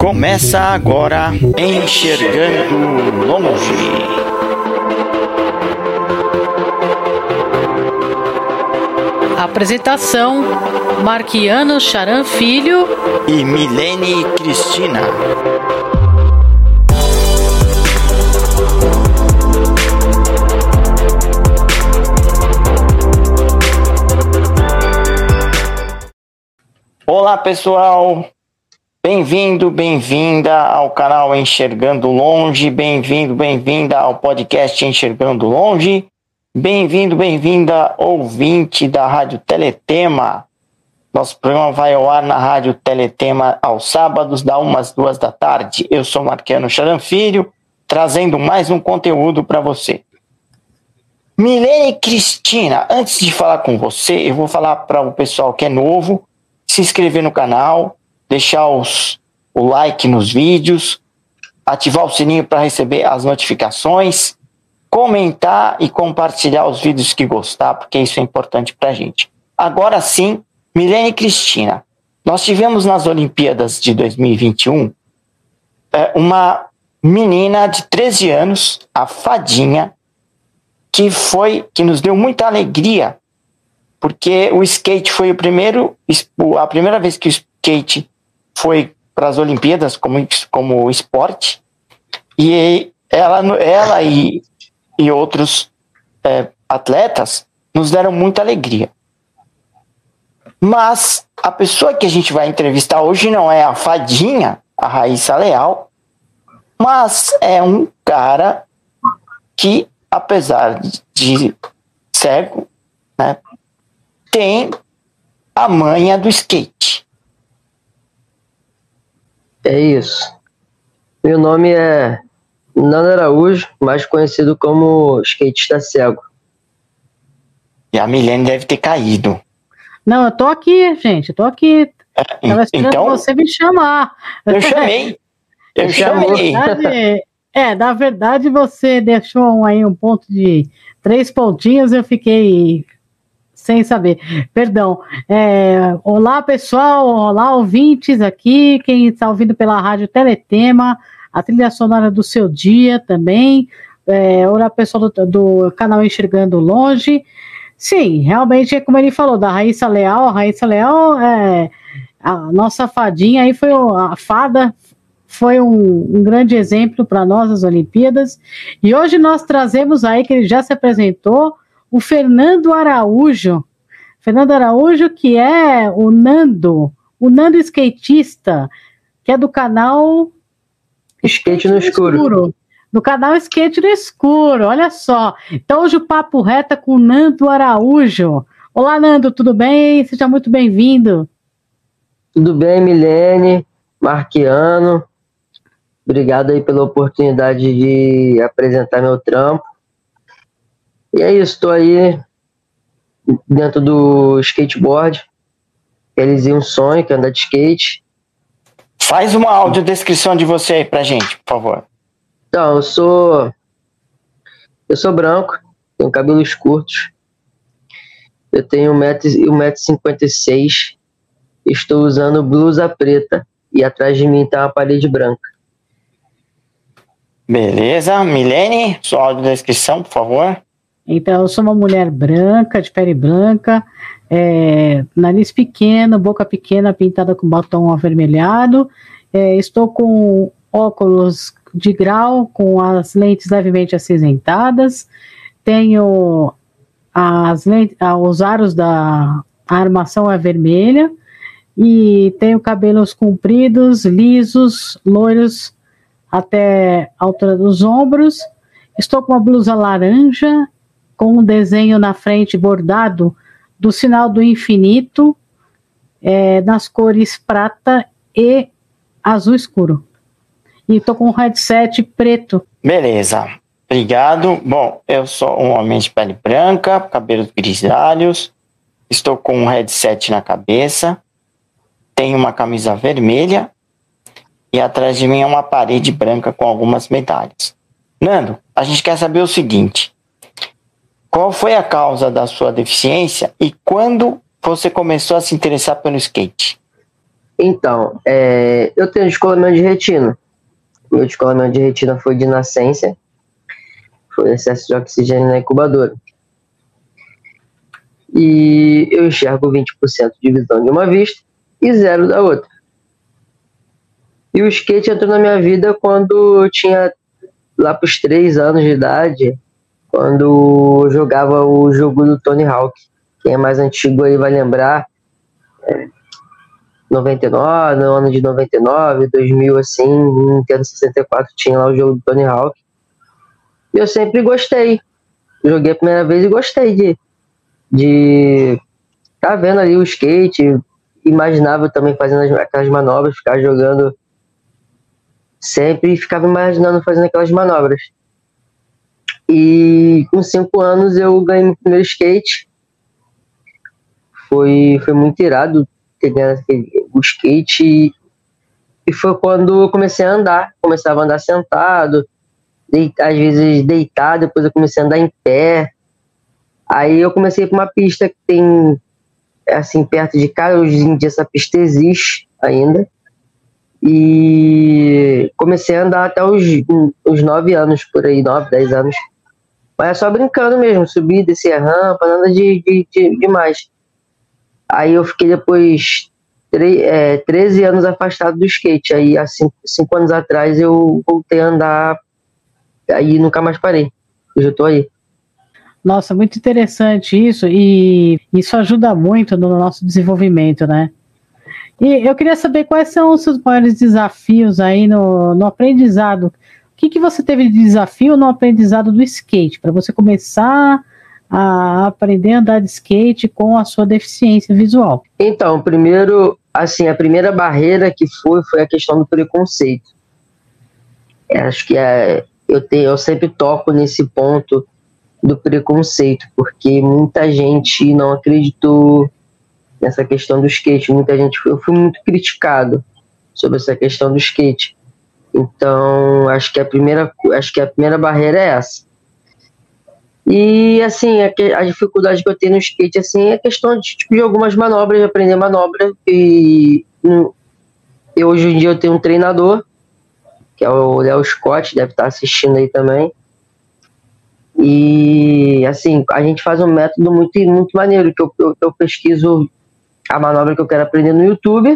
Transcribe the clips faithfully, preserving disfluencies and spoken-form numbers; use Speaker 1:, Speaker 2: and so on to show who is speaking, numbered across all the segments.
Speaker 1: Começa agora Enxergando Longe.
Speaker 2: Apresentação: Marquiano Charan Filho
Speaker 1: e Milene Cristina. Olá, pessoal. Bem-vindo, bem-vinda ao canal Enxergando Longe, bem-vindo, bem-vinda ao podcast Enxergando Longe, bem-vindo, bem-vinda ouvinte da Rádio Teletema. Nosso programa vai ao ar na Rádio Teletema aos sábados, da uma às duas da tarde. Eu sou Marquiano Charan Filho, trazendo mais um conteúdo para você. Milene Cristina, antes de falar com você, eu vou falar para o pessoal que é novo, se inscrever no canal, deixar os, o like nos vídeos, ativar o sininho para receber as notificações, comentar e compartilhar os vídeos que gostar, porque isso é importante para a gente. Agora sim, Milene Cristina, nós tivemos nas Olimpíadas de dois mil e vinte e um uma menina de treze anos, a Fadinha, que foi, que nos deu muita alegria, porque o skate foi o primeiro, a primeira vez que o skate foi para as Olimpíadas como, como esporte, e ela, ela e, e outros é, atletas nos deram muita alegria. Mas a pessoa que a gente vai entrevistar hoje não é a Fadinha, a Raíssa Leal, mas é um cara que, apesar de cego, né, tem a manha do skate.
Speaker 3: É isso. Meu nome é Nando Araújo, mais conhecido como skatista cego.
Speaker 1: E a Milene deve ter caído.
Speaker 2: Não, eu tô aqui, gente, eu tô aqui.
Speaker 1: É,
Speaker 2: Tava esperando
Speaker 1: então,
Speaker 2: você me chamar.
Speaker 1: Eu chamei. Eu chamei.
Speaker 2: Na verdade, é, na verdade, você deixou aí um ponto de três pontinhos, eu fiquei sem saber. Perdão. É, olá, pessoal. Olá, ouvintes aqui. Quem está ouvindo pela Rádio Teletema, a trilha sonora do seu dia também. É, olá, pessoal do, do canal Enxergando Longe. Sim, realmente, é como ele falou, da Raíssa Leal. A Raíssa Leal, é, a nossa fadinha aí foi a fada, foi um, um grande exemplo para nós nas Olimpíadas. E hoje nós trazemos aí, que ele já se apresentou, o Fernando Araújo. Fernando Araújo, que é o Nando, o Nando skatista, que é do canal
Speaker 3: Skate no Escuro.
Speaker 2: Escuro. Do canal Skate no Escuro, olha só. Então hoje o papo reto é com o Nando Araújo. Olá, Nando, tudo bem? Seja muito bem-vindo.
Speaker 3: Tudo bem, Milene, Marquiano. Obrigado aí pela oportunidade de apresentar meu trampo. E é isso, estou aí dentro do skateboard. Realizei um sonho, que é andar de skate.
Speaker 1: Faz uma audiodescrição de você aí pra gente, por favor.
Speaker 3: Então, eu sou eu sou branco, tenho cabelos curtos, eu tenho um metro e cinquenta e seis, estou usando blusa preta e atrás de mim está uma parede branca.
Speaker 1: Beleza, Milene, sua audiodescrição, por favor.
Speaker 2: Então, eu sou uma mulher branca, de pele branca, é, nariz pequeno, boca pequena, pintada com batom avermelhado. É, estou com óculos de grau, com as lentes levemente acinzentadas. Tenho as lentes, os aros da a armação é vermelha. E tenho cabelos compridos, lisos, loiros, até a altura dos ombros. Estou com uma blusa laranja, com um desenho na frente bordado do sinal do infinito, é, nas cores prata e azul escuro. E estou com um headset preto.
Speaker 1: Beleza, obrigado. Bom, eu sou um homem de pele branca, cabelos grisalhos, estou com um headset na cabeça, tenho uma camisa vermelha e atrás de mim é uma parede branca com algumas medalhas. Nando, a gente quer saber o seguinte: qual foi a causa da sua deficiência e quando você começou a se interessar pelo skate?
Speaker 3: Então, é, eu tenho descolamento de retina. Meu descolamento de retina foi de nascença. Foi excesso de oxigênio na incubadora. E eu enxergo vinte por cento de visão de uma vista e zero da outra. E o skate entrou na minha vida quando eu tinha lá para os três anos de idade, quando eu jogava o jogo do Tony Hawk. Quem é mais antigo aí vai lembrar, é, noventa e nove, no ano de noventa e nove, dois mil, assim, no Nintendo sessenta e quatro tinha lá o jogo do Tony Hawk. E eu sempre gostei. Joguei a primeira vez e gostei de de tá vendo ali o skate, imaginava também fazendo as, aquelas manobras, ficar jogando sempre e ficava imaginando fazendo aquelas manobras. E com cinco anos eu ganhei meu primeiro skate. Foi, foi muito irado ter ganhado o skate e, e foi quando eu comecei a andar. Começava a andar sentado, deita, às vezes deitado, depois eu comecei a andar em pé. Aí eu comecei por uma pista que tem, assim, perto de casa. Hoje em dia essa pista existe ainda. E comecei a andar até os, os nove anos, por aí, nove, dez anos. Mas é só brincando mesmo, subir, descer a rampa, nada de, de, de, demais. Aí eu fiquei depois tre, é, treze anos afastado do skate. Aí há cinco, cinco anos atrás eu voltei a andar, aí nunca mais parei. Hoje eu tô aí.
Speaker 2: Nossa, muito interessante isso, e isso ajuda muito no nosso desenvolvimento, né? E eu queria saber quais são os seus maiores desafios aí no, no aprendizado. O que, que você teve de desafio no aprendizado do skate, para você começar a aprender a andar de skate com a sua deficiência visual?
Speaker 3: Então, primeiro, assim, a primeira barreira que foi, foi a questão do preconceito. Acho que é, eu, tenho, eu sempre toco nesse ponto do preconceito, porque muita gente não acreditou nessa questão do skate, muita gente, eu fui muito criticado sobre essa questão do skate. Então, acho que a primeira, acho que a primeira barreira é essa. E, assim, a, a dificuldade que eu tenho no skate, assim, é a questão de, tipo, de algumas manobras, de aprender manobra. E eu, hoje em dia eu tenho um treinador, que é o Léo Scott, deve estar assistindo aí também. E, assim, a gente faz um método muito, muito maneiro, que eu, eu, eu pesquiso a manobra que eu quero aprender no YouTube,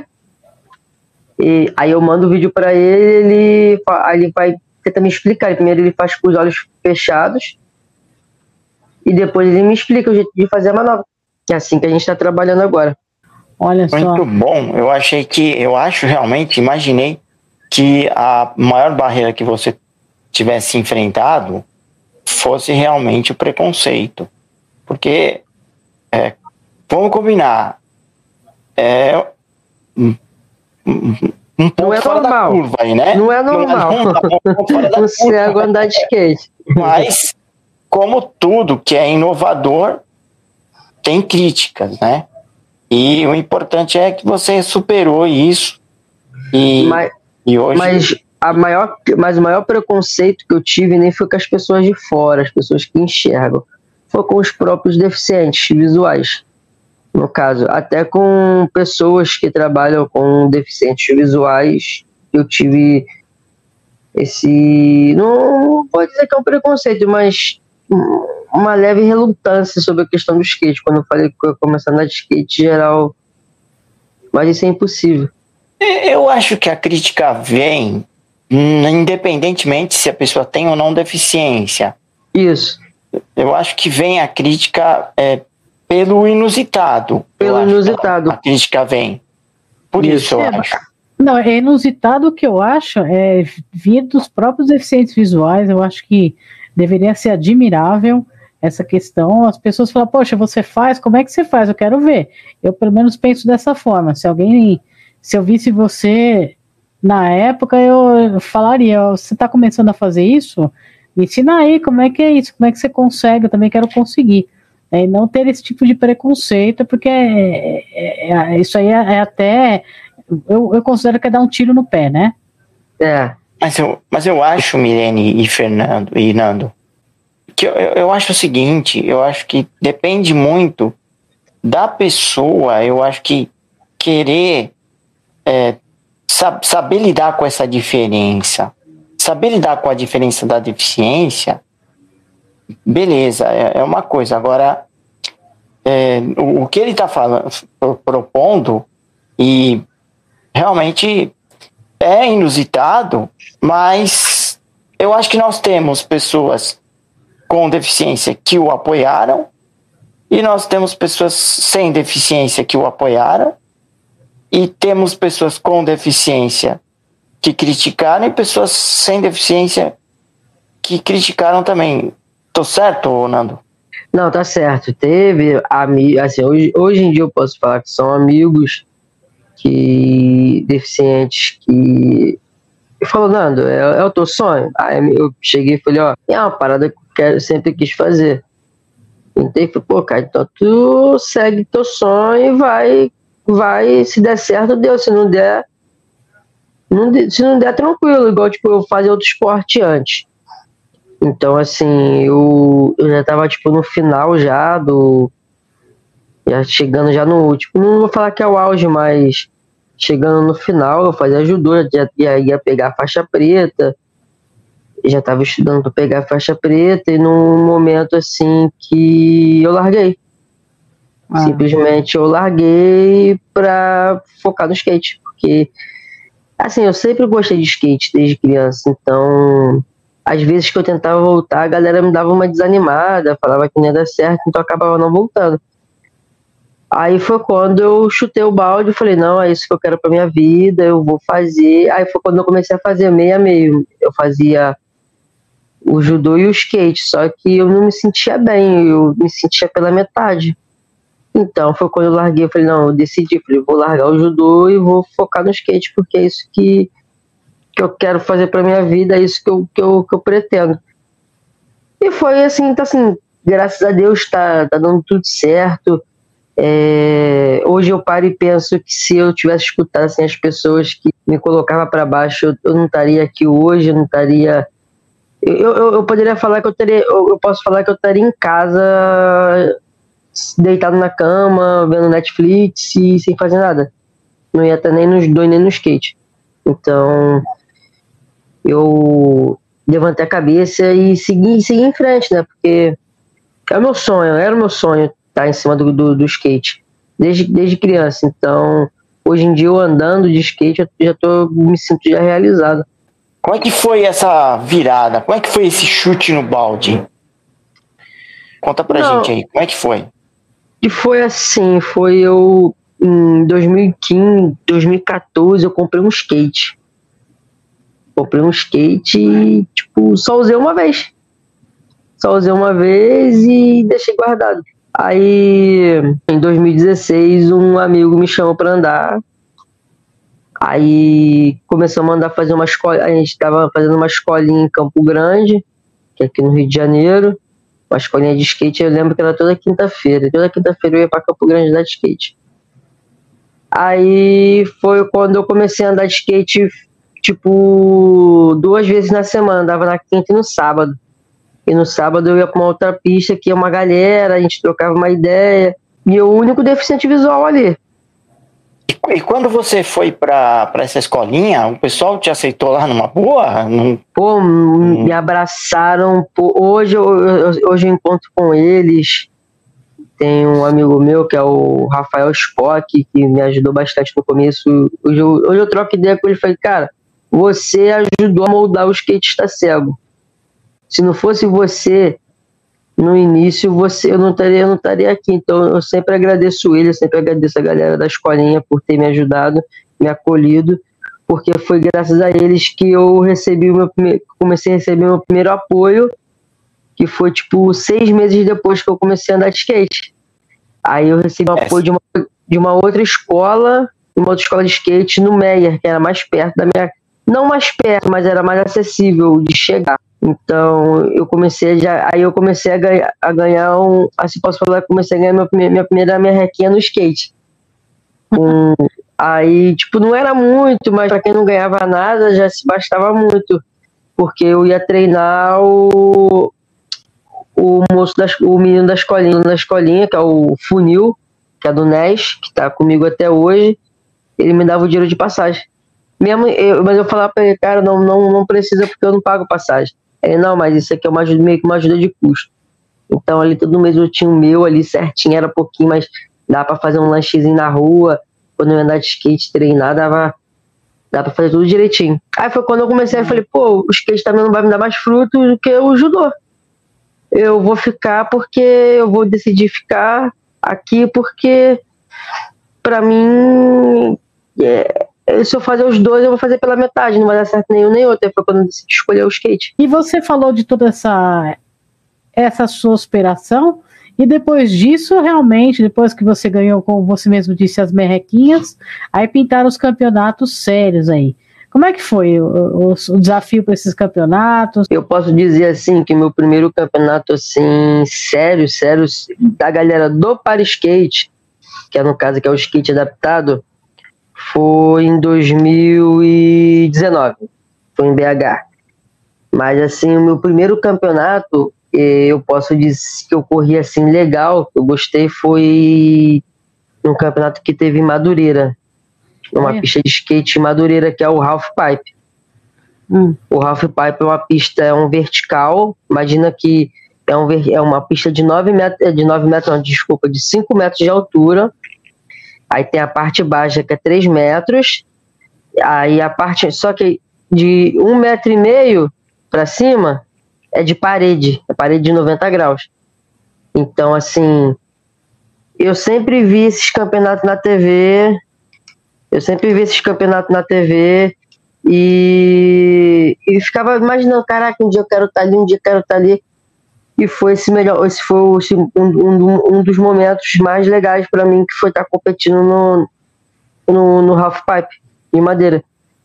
Speaker 3: e aí eu mando o vídeo para ele, ele, ele vai tentar me explicar. Primeiro ele faz com os olhos fechados, e depois ele me explica o jeito de fazer a manobra. É assim que a gente está trabalhando agora.
Speaker 2: Olha só.
Speaker 1: Muito bom. Eu achei que, eu acho realmente, imaginei que a maior barreira que você tivesse enfrentado fosse realmente o preconceito. Porque, é, vamos combinar, é um, um, um pouco
Speaker 3: é
Speaker 1: fora
Speaker 3: normal.
Speaker 1: da curva aí, né?
Speaker 3: Não é normal.
Speaker 1: Não é normal, um pouco fora da
Speaker 3: o cego andar de skate.
Speaker 1: Mas, como tudo que é inovador, tem críticas, né? E o importante é que você superou isso. E,
Speaker 3: mas,
Speaker 1: e hoje...
Speaker 3: Mas, a maior, mas o maior preconceito que eu tive nem foi com as pessoas de fora, as pessoas que enxergam. Foi com os próprios deficientes visuais. No caso, até com pessoas que trabalham com deficientes visuais, eu tive esse... Não vou dizer que é um preconceito, mas uma leve relutância sobre a questão do skate. Quando eu falei que eu ia começar a andar de skate geral, mas isso é impossível.
Speaker 1: Eu acho que a crítica vem independentemente se a pessoa tem ou não deficiência.
Speaker 3: Isso.
Speaker 1: Eu acho que vem a crítica é, pelo inusitado.
Speaker 3: Pelo inusitado.
Speaker 1: A crítica vem. Por isso, isso eu é, acho.
Speaker 2: Não, é inusitado o que eu acho é vir dos próprios deficientes visuais. Eu acho que deveria ser admirável essa questão. As pessoas falam, poxa, você faz, como é que você faz? Eu quero ver. Eu pelo menos penso dessa forma. Se alguém, se eu visse você na época, eu falaria, você está começando a fazer isso? Me ensina aí, como é que é isso? Como é que você consegue? Eu também quero conseguir. É, e não ter esse tipo de preconceito, porque é, é, é, isso aí é, é até... Eu, eu considero que é dar um tiro no pé, né?
Speaker 3: É.
Speaker 1: Mas eu, mas eu acho, Milene e Fernando e Nando, que eu, eu acho o seguinte, eu acho que depende muito da pessoa, eu acho que querer é, sab, saber lidar com essa diferença. Saber lidar com a diferença da deficiência, beleza, é, é uma coisa. Agora, é, o, o que ele está falando, propondo, e realmente é inusitado, mas eu acho que nós temos pessoas com deficiência que o apoiaram, e nós temos pessoas sem deficiência que o apoiaram, e temos pessoas com deficiência que criticaram e pessoas sem deficiência que criticaram também. Tô certo, Nando?
Speaker 3: Não, tá certo. Teve amigos, assim, hoje, hoje em dia eu posso falar que são amigos que deficientes que falou, Nando, é, é o teu sonho? Aí eu cheguei e falei, ó, é uma parada que eu quero, sempre quis fazer. Então eu falei, pô, cara, então tu segue teu sonho e vai, vai, se der certo, deu, se não der, não, se não der, tranquilo, igual tipo, eu fazia outro esporte antes. Então, assim, eu, eu já tava, tipo, no final já do... Já chegando já no... Tipo, não vou falar que é o auge, mas chegando no final, eu fazia judô, já, já ia pegar a faixa preta, já tava estudando para pegar a faixa preta, e num momento, assim, que eu larguei. Ah. Simplesmente eu larguei pra focar no skate, porque... Assim, eu sempre gostei de skate desde criança, então, às vezes que eu tentava voltar, a galera me dava uma desanimada, falava que não ia dar certo, então eu acabava não voltando. Aí foi quando eu chutei o balde e falei, não, é isso que eu quero pra minha vida, eu vou fazer. Aí foi quando eu comecei a fazer meio a meio. Eu fazia o judô e o skate, só que eu não me sentia bem, eu me sentia pela metade. Então foi quando eu larguei, eu falei, não, eu decidi, falei, vou largar o judô e vou focar no skate, porque é isso que, que eu quero fazer pra minha vida, é isso que eu, que eu, que eu pretendo. E foi assim, então assim, graças a Deus tá, tá dando tudo certo. É, hoje eu paro e penso que se eu tivesse escutado assim, as pessoas que me colocavam para baixo, eu, eu não estaria aqui hoje, eu não estaria... Eu, eu, eu poderia falar que eu teria... Eu, eu posso falar que eu estaria em casa... deitado na cama, vendo Netflix e sem fazer nada. Não ia estar nem nos dois, nem no skate. Então, eu levantei a cabeça e segui, segui em frente, né? Porque é o meu sonho, era o meu sonho estar em cima do, do, do skate, desde, desde criança. Então, hoje em dia, eu andando de skate, eu já tô, me sinto já realizado.
Speaker 1: Como é que foi essa virada? Como é que foi esse chute no balde? Conta pra Não. gente aí, como é que foi?
Speaker 3: E foi assim, foi eu em dois mil e quinze, dois mil e quatorze eu comprei um skate. Comprei um skate e tipo, só usei uma vez. Só usei uma vez e deixei guardado. Aí em dois mil e dezesseis um amigo me chamou pra andar. Aí começou a mandar fazer uma escola. A gente tava fazendo uma escolinha em Campo Grande, que é aqui no Rio de Janeiro. Uma escolinha de skate, eu lembro que era toda quinta-feira. Toda quinta-feira eu ia pra Campo Grande andar de skate. Aí foi quando eu comecei a andar de skate, tipo, duas vezes na semana. Andava na quinta e no sábado. E no sábado eu ia pra uma outra pista, que ia uma galera, a gente trocava uma ideia. E eu o único deficiente visual ali.
Speaker 1: E quando você foi pra, pra essa escolinha, o pessoal te aceitou lá numa boa? Num...
Speaker 3: Pô, hum. me abraçaram. Pô, hoje, eu, hoje eu encontro com eles. Tem um amigo meu que é o Rafael Spock, que me ajudou bastante no começo. Hoje eu, hoje eu troco ideia com ele e falei, cara, você ajudou a moldar o skatista cego. Se não fosse você, no início, você, eu, não estaria, eu não estaria aqui. Então eu sempre agradeço ele, eu sempre agradeço a galera da escolinha por ter me ajudado, me acolhido, porque foi graças a eles que eu recebi o meu primeiro, comecei a receber o meu primeiro apoio, que foi tipo seis meses depois que eu comecei a andar de skate. Aí eu recebi o apoio de uma, de uma outra escola, uma outra escola de skate no Meyer, que era mais perto da minha... Não mais perto, mas era mais acessível de chegar. Então, eu comecei já, aí eu comecei a ganhar, a ganhar um, assim posso falar, comecei a ganhar minha, minha primeira merrequinha no skate. Um, aí, tipo, não era muito, mas pra quem não ganhava nada, já se bastava muito. Porque eu ia treinar o, o moço, da, o menino da escolinha, da escolinha, que é o Funil, que é do N E S, que tá comigo até hoje. ele me dava o dinheiro de passagem. Mesmo eu, mas eu falava pra ele, cara, não, não, não precisa porque eu não pago passagem. Ele, não, mas isso aqui é uma ajuda, meio que uma ajuda de custo. Então ali todo mês eu tinha o meu ali certinho, era pouquinho, mas dá pra fazer um lanchezinho na rua, quando eu ia andar de skate, treinar, dava, dava pra fazer tudo direitinho. Aí foi quando eu comecei, eu falei, pô, o skate também não vai me dar mais fruto do que o judô. Eu vou ficar porque eu vou decidir ficar aqui porque pra mim é, se eu fazer os dois eu vou fazer pela metade, não vai dar certo nenhum nem outro. Aí foi quando eu decidi escolher o skate.
Speaker 2: E você falou de toda essa essa sua superação, e depois disso, realmente, depois que você ganhou, como você mesmo disse, as merrequinhas, aí pintaram os campeonatos sérios aí. Como é que foi o, o, o desafio para esses campeonatos?
Speaker 3: Eu posso dizer assim, que meu primeiro campeonato assim, sério, sério, da galera do para skate, que é no caso que é o skate adaptado, foi em dois mil e dezenove, foi em B H. Mas assim, o meu primeiro campeonato, eu posso dizer que eu corri assim legal, eu gostei, foi um campeonato que teve em Madureira, uma é. pista de skate em Madureira, que é o Half Pipe. Hum. O Half Pipe é uma pista, é um vertical, imagina que é, um, é uma pista de nove metros, de nove metros, não, desculpa, de cinco metros de altura, aí tem a parte baixa que é três metros, aí a parte, só que de um metro e meio para cima, é de parede, é parede de noventa graus. Então, assim, eu sempre vi esses campeonatos na T V, eu sempre vi esses campeonatos na T V e, e ficava imaginando, caraca, um dia eu quero estar ali, um dia eu quero estar ali. E foi esse melhor, esse foi esse, um, um, um dos momentos mais legais para mim, que foi estar competindo no, no, no Half Pipe, em Madeira.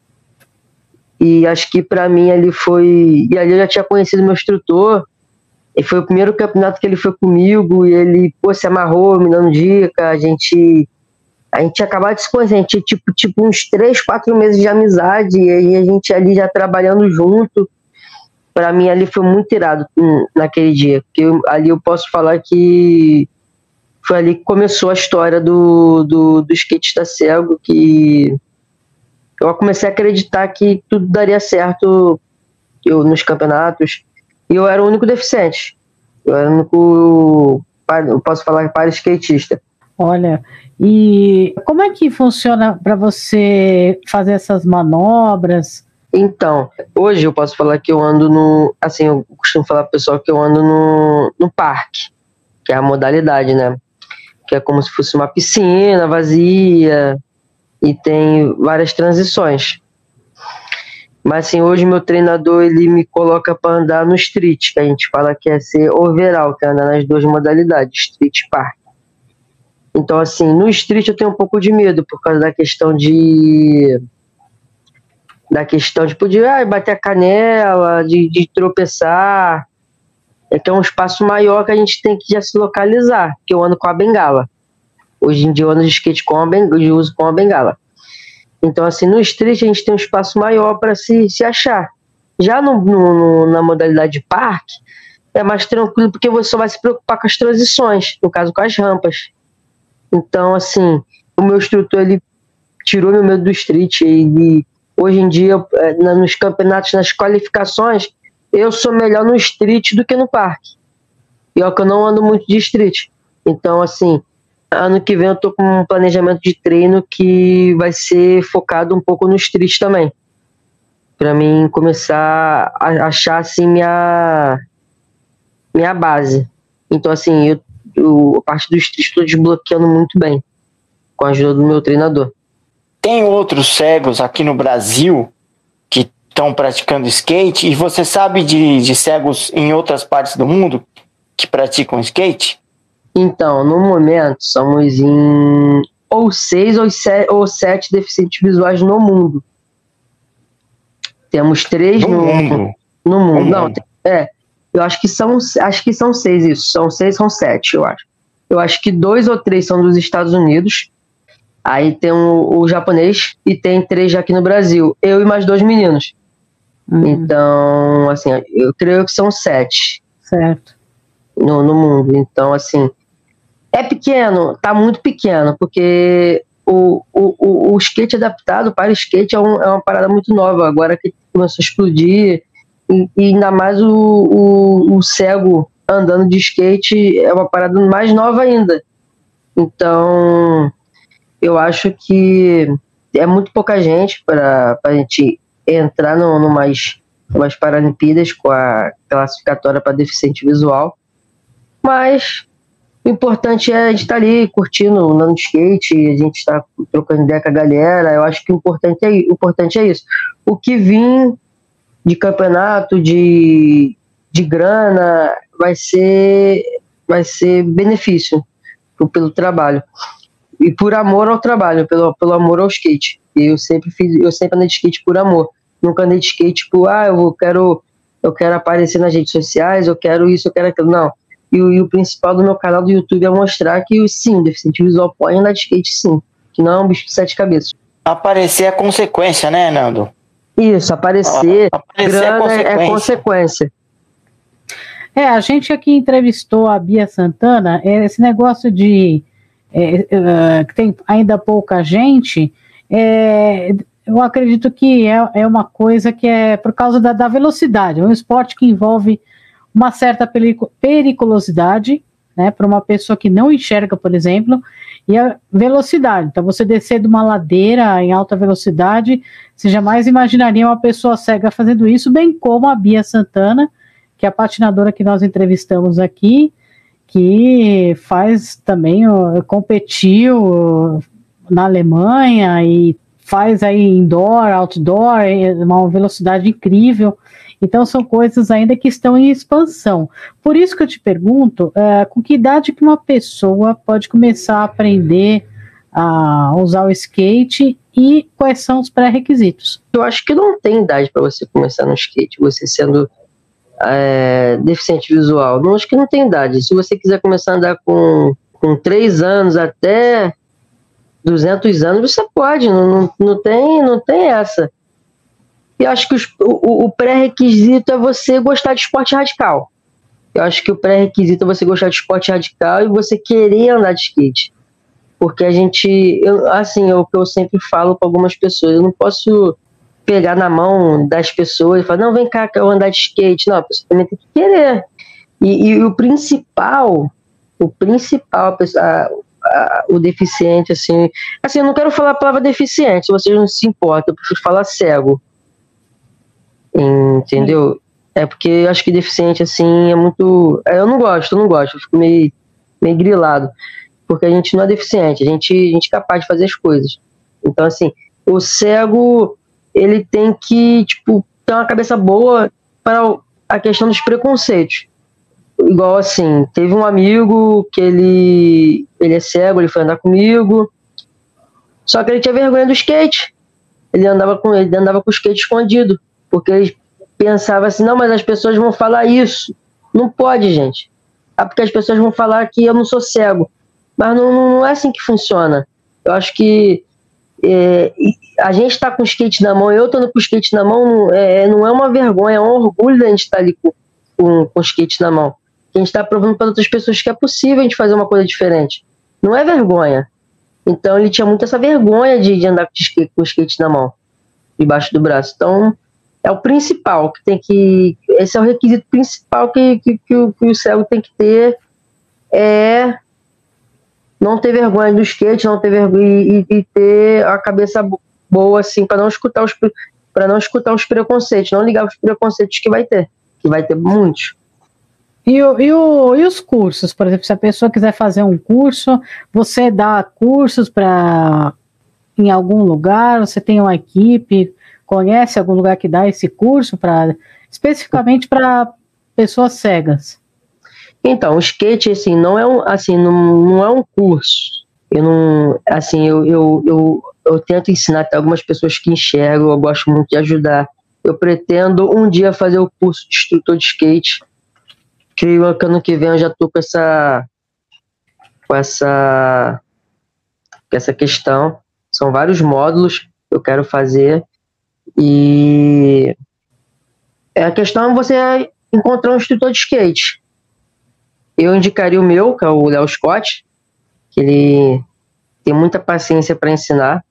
Speaker 3: E acho que pra mim ali foi... E ali eu já tinha conhecido meu instrutor. E foi o primeiro campeonato que ele foi comigo. E ele, pô, se amarrou, me dando dica. A gente... A gente tinha acabado de se conhecer. A gente tinha tipo, tipo uns três, quatro meses de amizade. E aí a gente ali já trabalhando junto. Pra mim ali foi muito irado hum, naquele dia. Porque eu, ali eu posso falar que... Foi ali que começou a história do, do, do skatista cego. Que... Eu comecei a acreditar que tudo daria certo eu, nos campeonatos. E eu era o único deficiente. Eu era o único, eu posso falar, para skatista.
Speaker 2: Olha, e como é que funciona para você fazer essas manobras?
Speaker 3: Então, hoje eu posso falar que eu ando no... Assim, eu costumo falar pro pessoal que eu ando no, no parque, que é a modalidade, né? Que é como se fosse uma piscina vazia... E tem várias transições. Mas assim, hoje meu treinador ele me coloca para andar no street, que a gente fala que é ser overall, que é andar nas duas modalidades, street e park. Então assim, no street eu tenho um pouco de medo, por causa da questão de... Da questão de poder ah, bater a canela, de, de tropeçar. É que é um espaço maior que a gente tem que já se localizar, que eu ando com a bengala. Hoje em dia eu ando de skate com a bengala, eu uso com a bengala. Então, assim, no street a gente tem um espaço maior para se, se achar. Já no, no, na modalidade de parque, é mais tranquilo, porque você só vai se preocupar com as transições, no caso com as rampas. Então, assim, o meu instrutor, ele tirou meu medo do street. E hoje em dia, nos campeonatos, nas qualificações, eu sou melhor no street do que no parque. E é que eu não ando muito de street. Então, assim... Ano que vem eu tô com um planejamento de treino que vai ser focado um pouco no street também. Pra mim começar a achar assim minha, minha base. Então assim, eu, eu, a parte do street estou desbloqueando muito bem, com a ajuda do meu treinador.
Speaker 1: Tem outros cegos aqui no Brasil que estão praticando skate, e você sabe de, de cegos em outras partes do mundo que praticam skate?
Speaker 3: Então, no momento, somos em ou seis ou sete, ou sete deficientes visuais no mundo. Temos três
Speaker 1: no,
Speaker 3: no
Speaker 1: mundo.
Speaker 3: No mundo.
Speaker 1: No
Speaker 3: Não,
Speaker 1: mundo.
Speaker 3: é. Eu acho que são, acho que são seis isso. São seis, são sete, eu acho. Eu acho que dois ou três são dos Estados Unidos. Aí tem o, o japonês e tem três aqui no Brasil. Eu e mais dois meninos. Uhum. Então, assim, eu creio que são sete.
Speaker 2: Certo.
Speaker 3: No, no mundo. Então, assim, é pequeno, tá muito pequeno, porque o, o, o skate adaptado para skate é, um, é uma parada muito nova, agora que começou a explodir, e, e ainda mais o, o, o cego andando de skate é uma parada mais nova ainda. Então, eu acho que é muito pouca gente para a gente entrar no, numas, numas Paralimpíadas com a classificatória para deficiente visual, mas o importante é a gente estar tá ali curtindo, andando de skate, a gente está trocando ideia com a galera. Eu acho que o importante é, o importante é isso. O que vir de campeonato, de, de grana, vai ser, vai ser benefício pelo trabalho. E por amor ao trabalho, pelo, pelo amor ao skate. Eu sempre fiz, eu sempre andei de skate por amor. Nunca andei de skate tipo, ah, eu quero, eu quero aparecer nas redes sociais, eu quero isso, eu quero aquilo. Não. E o, e o principal do meu canal do YouTube é mostrar que, sim, o deficiente visual pode andar de skate, sim. Que não é um bicho de sete cabeças.
Speaker 1: Aparecer é consequência, né, Nando?
Speaker 3: Isso, aparecer, ah, aparecer grana é consequência. é consequência.
Speaker 2: É, a gente aqui entrevistou a Bia Santana, esse negócio de é, é, que tem ainda pouca gente, é, eu acredito que é, é uma coisa que é por causa da, da velocidade, é um esporte que envolve uma certa periculosidade, né, para uma pessoa que não enxerga, por exemplo, e a velocidade. Então, você descer de uma ladeira em alta velocidade, você jamais imaginaria uma pessoa cega fazendo isso, bem como a Bia Santana, que é a patinadora que nós entrevistamos aqui, que faz também, competiu na Alemanha e faz aí indoor, outdoor, uma velocidade incrível. Então, são coisas ainda que estão em expansão. Por isso que eu te pergunto, é, com que idade que uma pessoa pode começar a aprender a usar o skate e quais são os pré-requisitos?
Speaker 3: Eu acho que não tem idade para você começar no skate, você sendo é, deficiente visual. Não, acho que não tem idade. Se você quiser começar a andar com, com três anos até duzentos anos, você pode, não, não, não, tem, não tem essa. E eu acho que os, o, o pré-requisito é você gostar de esporte radical. Eu acho que o pré-requisito é você gostar de esporte radical e você querer andar de skate. Porque a gente, eu, assim, é o que eu sempre falo para algumas pessoas, eu não posso pegar na mão das pessoas e falar, não, vem cá, que eu vou andar de skate. Não, a pessoa também tem que querer. E, e o principal, o principal, a pessoa, a, a, o deficiente, assim, assim, eu não quero falar a palavra deficiente, se vocês não se importam, eu prefiro falar cego. Entendeu? Sim. É porque eu acho que deficiente, assim, é muito... Eu não gosto, eu não gosto, eu fico meio, meio grilado. Porque a gente não é deficiente, a gente, a gente é capaz de fazer as coisas. Então, assim, o cego, ele tem que, tipo, ter uma cabeça boa para a questão dos preconceitos. Igual, assim, teve um amigo que ele, ele é cego, ele foi andar comigo, só que ele tinha vergonha do skate. Ele andava com, ele andava com o skate escondido. Porque eles pensavam assim, não, mas as pessoas vão falar isso. Não pode, gente. Ah, porque as pessoas vão falar que eu não sou cego. Mas não, não é assim que funciona. Eu acho que é, a gente está com o skate na mão, eu estando com o skate na mão, é, não é uma vergonha, é um orgulho da gente estar ali com, com, com o skate na mão. A gente está provando para outras pessoas que é possível a gente fazer uma coisa diferente. Não é vergonha. Então ele tinha muito essa vergonha de, de andar com o, skate, com o skate na mão, debaixo do braço. Então... é o principal que tem que... Esse é o requisito principal que, que, que, o, que o cego tem que ter, é não ter vergonha do skate, não ter vergonha e, e ter a cabeça boa, assim, para não escutar os para não escutar os preconceitos, não ligar os preconceitos que vai ter, que vai ter muitos.
Speaker 2: E, o, e, o, e os cursos, por exemplo, se a pessoa quiser fazer um curso, você dá cursos para em algum lugar, você tem uma equipe... Conhece algum lugar que dá esse curso para especificamente para pessoas cegas?
Speaker 3: Então, o skate assim não é um assim não, não é um curso. Eu não assim eu, eu, eu, eu tento ensinar até algumas pessoas que enxergam. Eu gosto muito de ajudar. Eu pretendo um dia fazer o curso de instrutor de skate. Creio que ano que vem eu já estou com essa com essa com essa questão. São vários módulos que eu quero fazer. E a questão é você encontrar um instrutor de skate. Eu indicaria o meu, que é o Léo Scott, que ele, tem muita paciência para ensinar,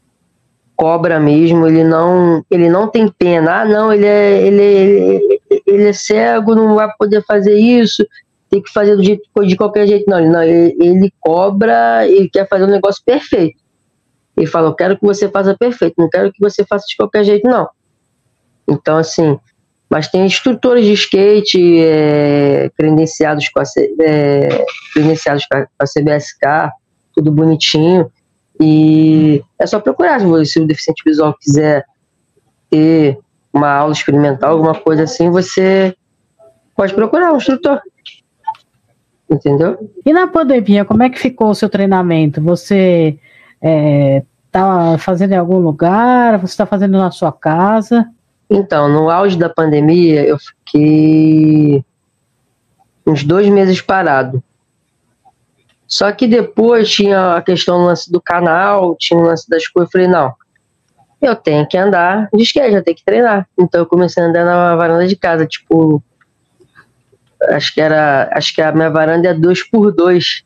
Speaker 3: cobra mesmo, ele não, ele não tem pena, ah, não, ele é, ele, ele, ele é cego, não vai poder fazer isso, tem que fazer do jeito, de qualquer jeito, não, ele, não, ele, ele cobra, ele quer fazer um negócio perfeito, ele fala, eu quero que você faça perfeito, não quero que você faça de qualquer jeito, não. Então, assim, mas tem instrutores de skate é, credenciados, com a, é, credenciados com a C B S K, tudo bonitinho, e é só procurar, se o deficiente visual quiser ter uma aula experimental, alguma coisa assim, você pode procurar um instrutor, entendeu?
Speaker 2: E na pandemia, como é que ficou o seu treinamento? Você é, tá fazendo em algum lugar? Você está fazendo na sua casa?
Speaker 3: Então, no auge da pandemia, eu fiquei uns dois meses parado. Só que depois tinha a questão do lance do canal, tinha o lance das coisas. Eu falei, não, eu tenho que andar de skate, eu tenho que treinar. Então eu comecei a andar na varanda de casa, tipo, acho que era, acho que a minha varanda é dois por dois.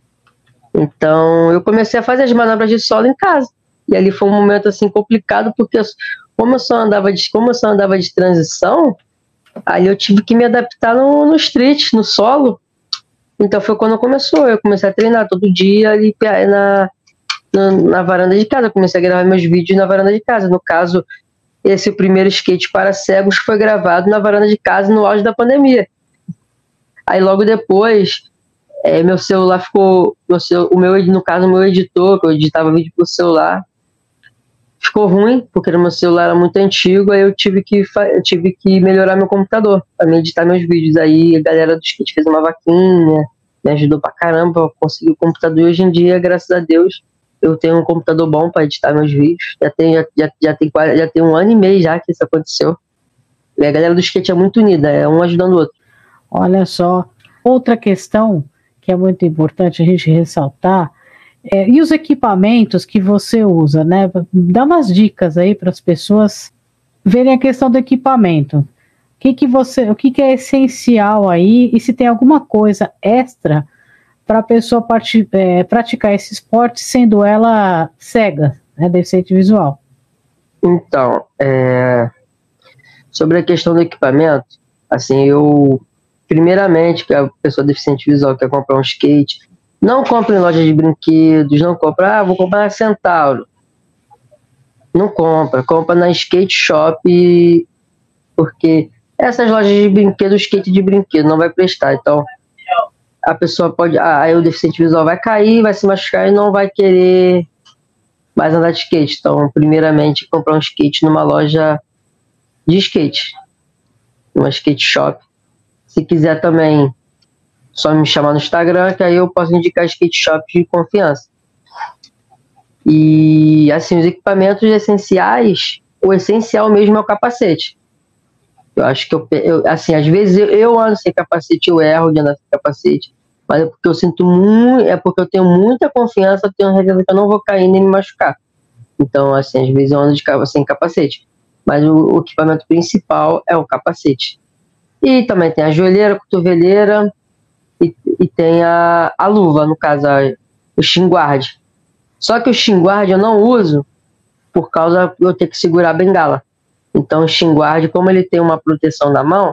Speaker 3: Então eu comecei a fazer as manobras de solo em casa. E ali foi um momento assim complicado, porque como eu só andava de, como eu só andava de transição, aí eu tive que me adaptar no, no street, no solo. Então foi quando começou, eu comecei a treinar todo dia ali na, na, na varanda de casa, eu comecei a gravar meus vídeos na varanda de casa. No caso, esse primeiro skate para cegos foi gravado na varanda de casa no auge da pandemia. Aí logo depois, é, meu celular ficou, meu, o meu, no caso o meu editor, que eu editava vídeo pro celular, ficou ruim, porque o meu celular era muito antigo, aí eu tive que, eu tive que melhorar meu computador para me editar meus vídeos. Aí a galera do skate fez uma vaquinha, me ajudou pra caramba, eu consegui o computador, e hoje em dia, graças a Deus, eu tenho um computador bom para editar meus vídeos. Já tem, já, já, já, tem, já tem um ano e meio já que isso aconteceu. E a galera do skate é muito unida, é um ajudando o outro.
Speaker 2: Olha só, outra questão que é muito importante a gente ressaltar, É, e os equipamentos que você usa, né? Dá umas dicas aí para as pessoas verem a questão do equipamento. O que, que você, o que, que é essencial aí, e se tem alguma coisa extra para a pessoa parti, é, praticar esse esporte, sendo ela cega, né, deficiente visual.
Speaker 3: Então, é, sobre a questão do equipamento, assim, eu primeiramente, que a pessoa deficiente visual quer comprar um skate, não compra em loja de brinquedos, não compra, ah, vou comprar na Centauro. Não compra, compra na skate shop, porque essas lojas de brinquedos, skate de brinquedo, não vai prestar. Então, a pessoa pode, ah, aí o deficiente visual vai cair, vai se machucar e não vai querer mais andar de skate. Então, primeiramente, comprar um skate numa loja de skate, numa skate shop. Se quiser também, só me chamar no Instagram, que aí eu posso indicar skate shop de confiança. E, assim, os equipamentos essenciais, o essencial mesmo é o capacete. Eu acho que, eu, eu assim, às vezes eu, eu ando sem capacete, eu erro de andar sem capacete, mas é porque eu sinto muito, é porque eu tenho muita confiança, eu tenho certeza que eu não vou cair nem me machucar. Então, assim, às vezes eu ando de, sem capacete. Mas o, o equipamento principal é o capacete. E também tem a joelheira, a cotoveleira e, e tem a, a luva, no caso, a, o shin guard. Só que o shin guard eu não uso por causa de eu ter que segurar a bengala. Então o shin guard, como ele tem uma proteção na mão,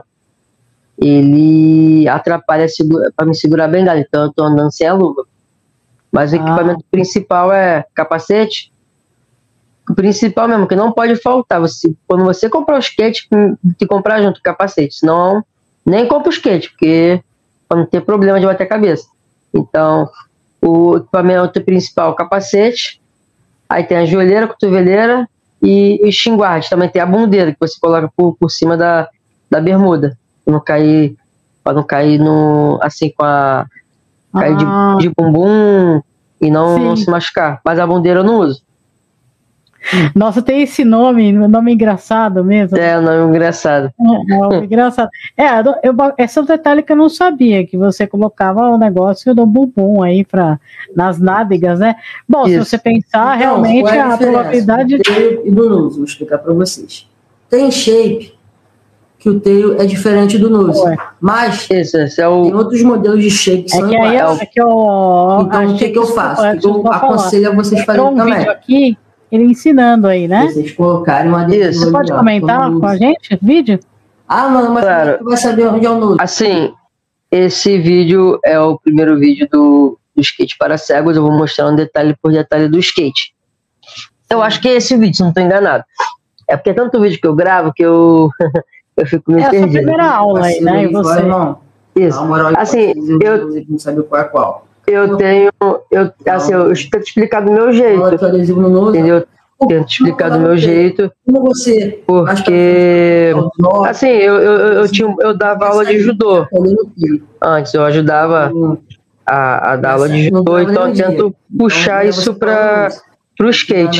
Speaker 3: ele atrapalha para me segurar a bengala. Então eu estou andando sem a luva. Mas o ah. equipamento principal é capacete. O principal mesmo, que não pode faltar. Você, quando você comprar o skate, tem que comprar junto com o capacete. Senão, nem compra o skate, porque para não ter problema de bater a cabeça. Então, o equipamento principal é o capacete. Aí tem a joelheira, a cotoveleira e o shin guard. Também tem a bundeira, que você coloca por, por cima da, da bermuda. Para não cair, para não cair no, assim, com a... cair ah. de, de bumbum e não, não se machucar. Mas a bundeira eu não uso.
Speaker 2: Nossa, tem esse nome, nome engraçado mesmo.
Speaker 3: É, o nome engraçado.
Speaker 2: É, é um engraçado. É, eu, esse é um detalhe que eu não sabia, que você colocava o negócio do bumbum aí pra, nas nádegas, né? Bom, Isso. se você pensar, então, realmente a, a probabilidade...
Speaker 4: E Bruno, vou explicar para vocês. Tem shape, que o Tail é diferente do Nose. Ué. Mas
Speaker 3: esse, esse é o...
Speaker 4: tem outros modelos de shake que
Speaker 2: é
Speaker 4: são
Speaker 2: que
Speaker 4: iguais.
Speaker 2: Eu, é que eu,
Speaker 4: então, o que, que eu faço? O que eu aconselho a vocês fazerem
Speaker 2: um
Speaker 4: também.
Speaker 2: Vídeo aqui, ele ensinando aí, né?
Speaker 4: Vocês colocarem uma adesivo.
Speaker 2: Você pode comentar com a gente o vídeo?
Speaker 4: Ah, mano, mas
Speaker 3: claro.
Speaker 4: tu vai saber onde é o Nose.
Speaker 3: Assim, esse vídeo é o primeiro vídeo do, do skate para cegos. Eu vou mostrar um detalhe por detalhe do skate. Eu acho que é esse vídeo, se não estou enganado. É porque é tanto vídeo que eu gravo que eu, eu fico meio
Speaker 2: é
Speaker 3: perdido.
Speaker 2: É a sua primeira aula aí, né? E você?
Speaker 4: Não.
Speaker 3: Isso. Assim, eu
Speaker 4: não sabe qual é qual.
Speaker 3: Eu tenho, eu, assim, eu tento explicar do meu jeito. Entendeu? Tento explicar do meu jeito.
Speaker 4: Como você?
Speaker 3: Porque, assim, eu, eu, eu, tinha, eu dava aula de judô. Antes, eu ajudava a, a dar aula de judô, então eu tento puxar isso para o skate.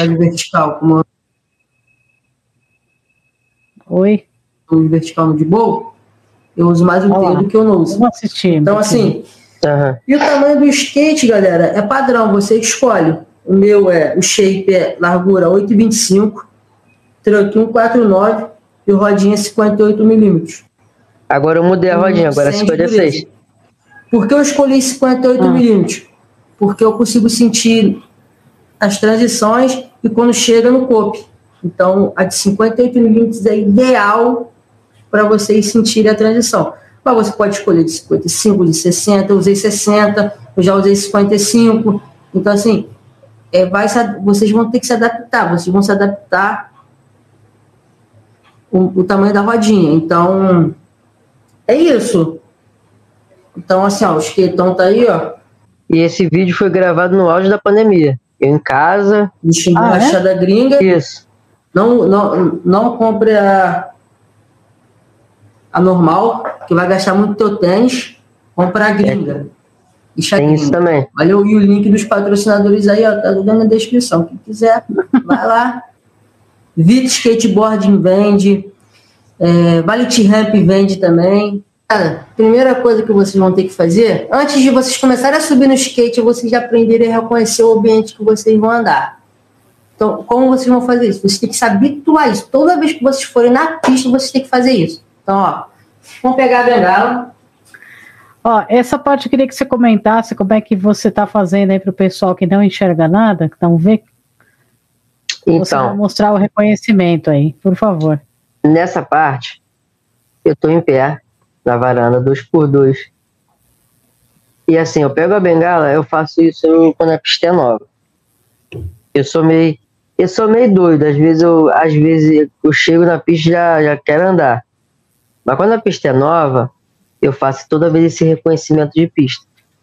Speaker 2: Oi?
Speaker 4: No vertical no de boa, eu uso mais o Tail do que o Nose.
Speaker 2: Vamos assistir.
Speaker 4: Então, assim,
Speaker 3: uhum.
Speaker 4: E o tamanho do skate, galera, é padrão, você escolhe. O meu é, o shape é largura oito vírgula vinte e cinco, tranquinho um quatro vírgula nove e o rodinha cinquenta e oito milímetros.
Speaker 3: Agora eu mudei a rodinha, agora é cinquenta e seis.
Speaker 4: Por que eu escolhi cinquenta e oito milímetros? Porque eu consigo sentir as transições e quando chega no cope. Então, a de cinquenta e oito milímetros é ideal para vocês sentirem a transição. Mas você pode escolher de cinquenta e cinco, de sessenta, eu usei sessenta, eu já usei cinquenta e cinco. Então, assim, é, vai, vocês vão ter que se adaptar, vocês vão se adaptar o, o tamanho da rodinha. Então, é isso. Então, assim, ó, o skatão tá aí, ó.
Speaker 3: E esse vídeo foi gravado no auge da pandemia. Eu em casa.
Speaker 4: Vestindo ah, a é? da gringa.
Speaker 3: Isso.
Speaker 4: Não, não, não compre a, a normal, que vai gastar muito teu tênis. Compre a gringa.
Speaker 3: É. Tem isso também.
Speaker 4: Valeu, e o link dos patrocinadores aí, ó, tá dando na descrição. Quem quiser, vai lá. Vita Skateboarding vende. É, Valet Ramp vende também. Cara, primeira coisa que vocês vão ter que fazer, antes de vocês começarem a subir no skate, vocês já aprenderem a reconhecer o ambiente que vocês vão andar. Então, como vocês vão fazer isso? Vocês têm que se habituar a isso. Toda vez que vocês forem na pista, vocês têm que fazer isso. Então, ó, vamos pegar a bengala.
Speaker 2: Ó, essa parte eu queria que você comentasse como é que você está fazendo aí para o pessoal que não enxerga nada, que não vê.
Speaker 3: Então,
Speaker 2: você vai mostrar o reconhecimento aí, por favor.
Speaker 3: Nessa parte, eu estou em pé, na varanda, dois por dois. E assim, eu pego a bengala, eu faço isso quando a pista é nova. Eu sou meio, eu sou meio doido, às vezes eu, às vezes eu chego na pista e já, já quero andar. Mas quando a pista é nova, eu faço toda vez esse reconhecimento de pista.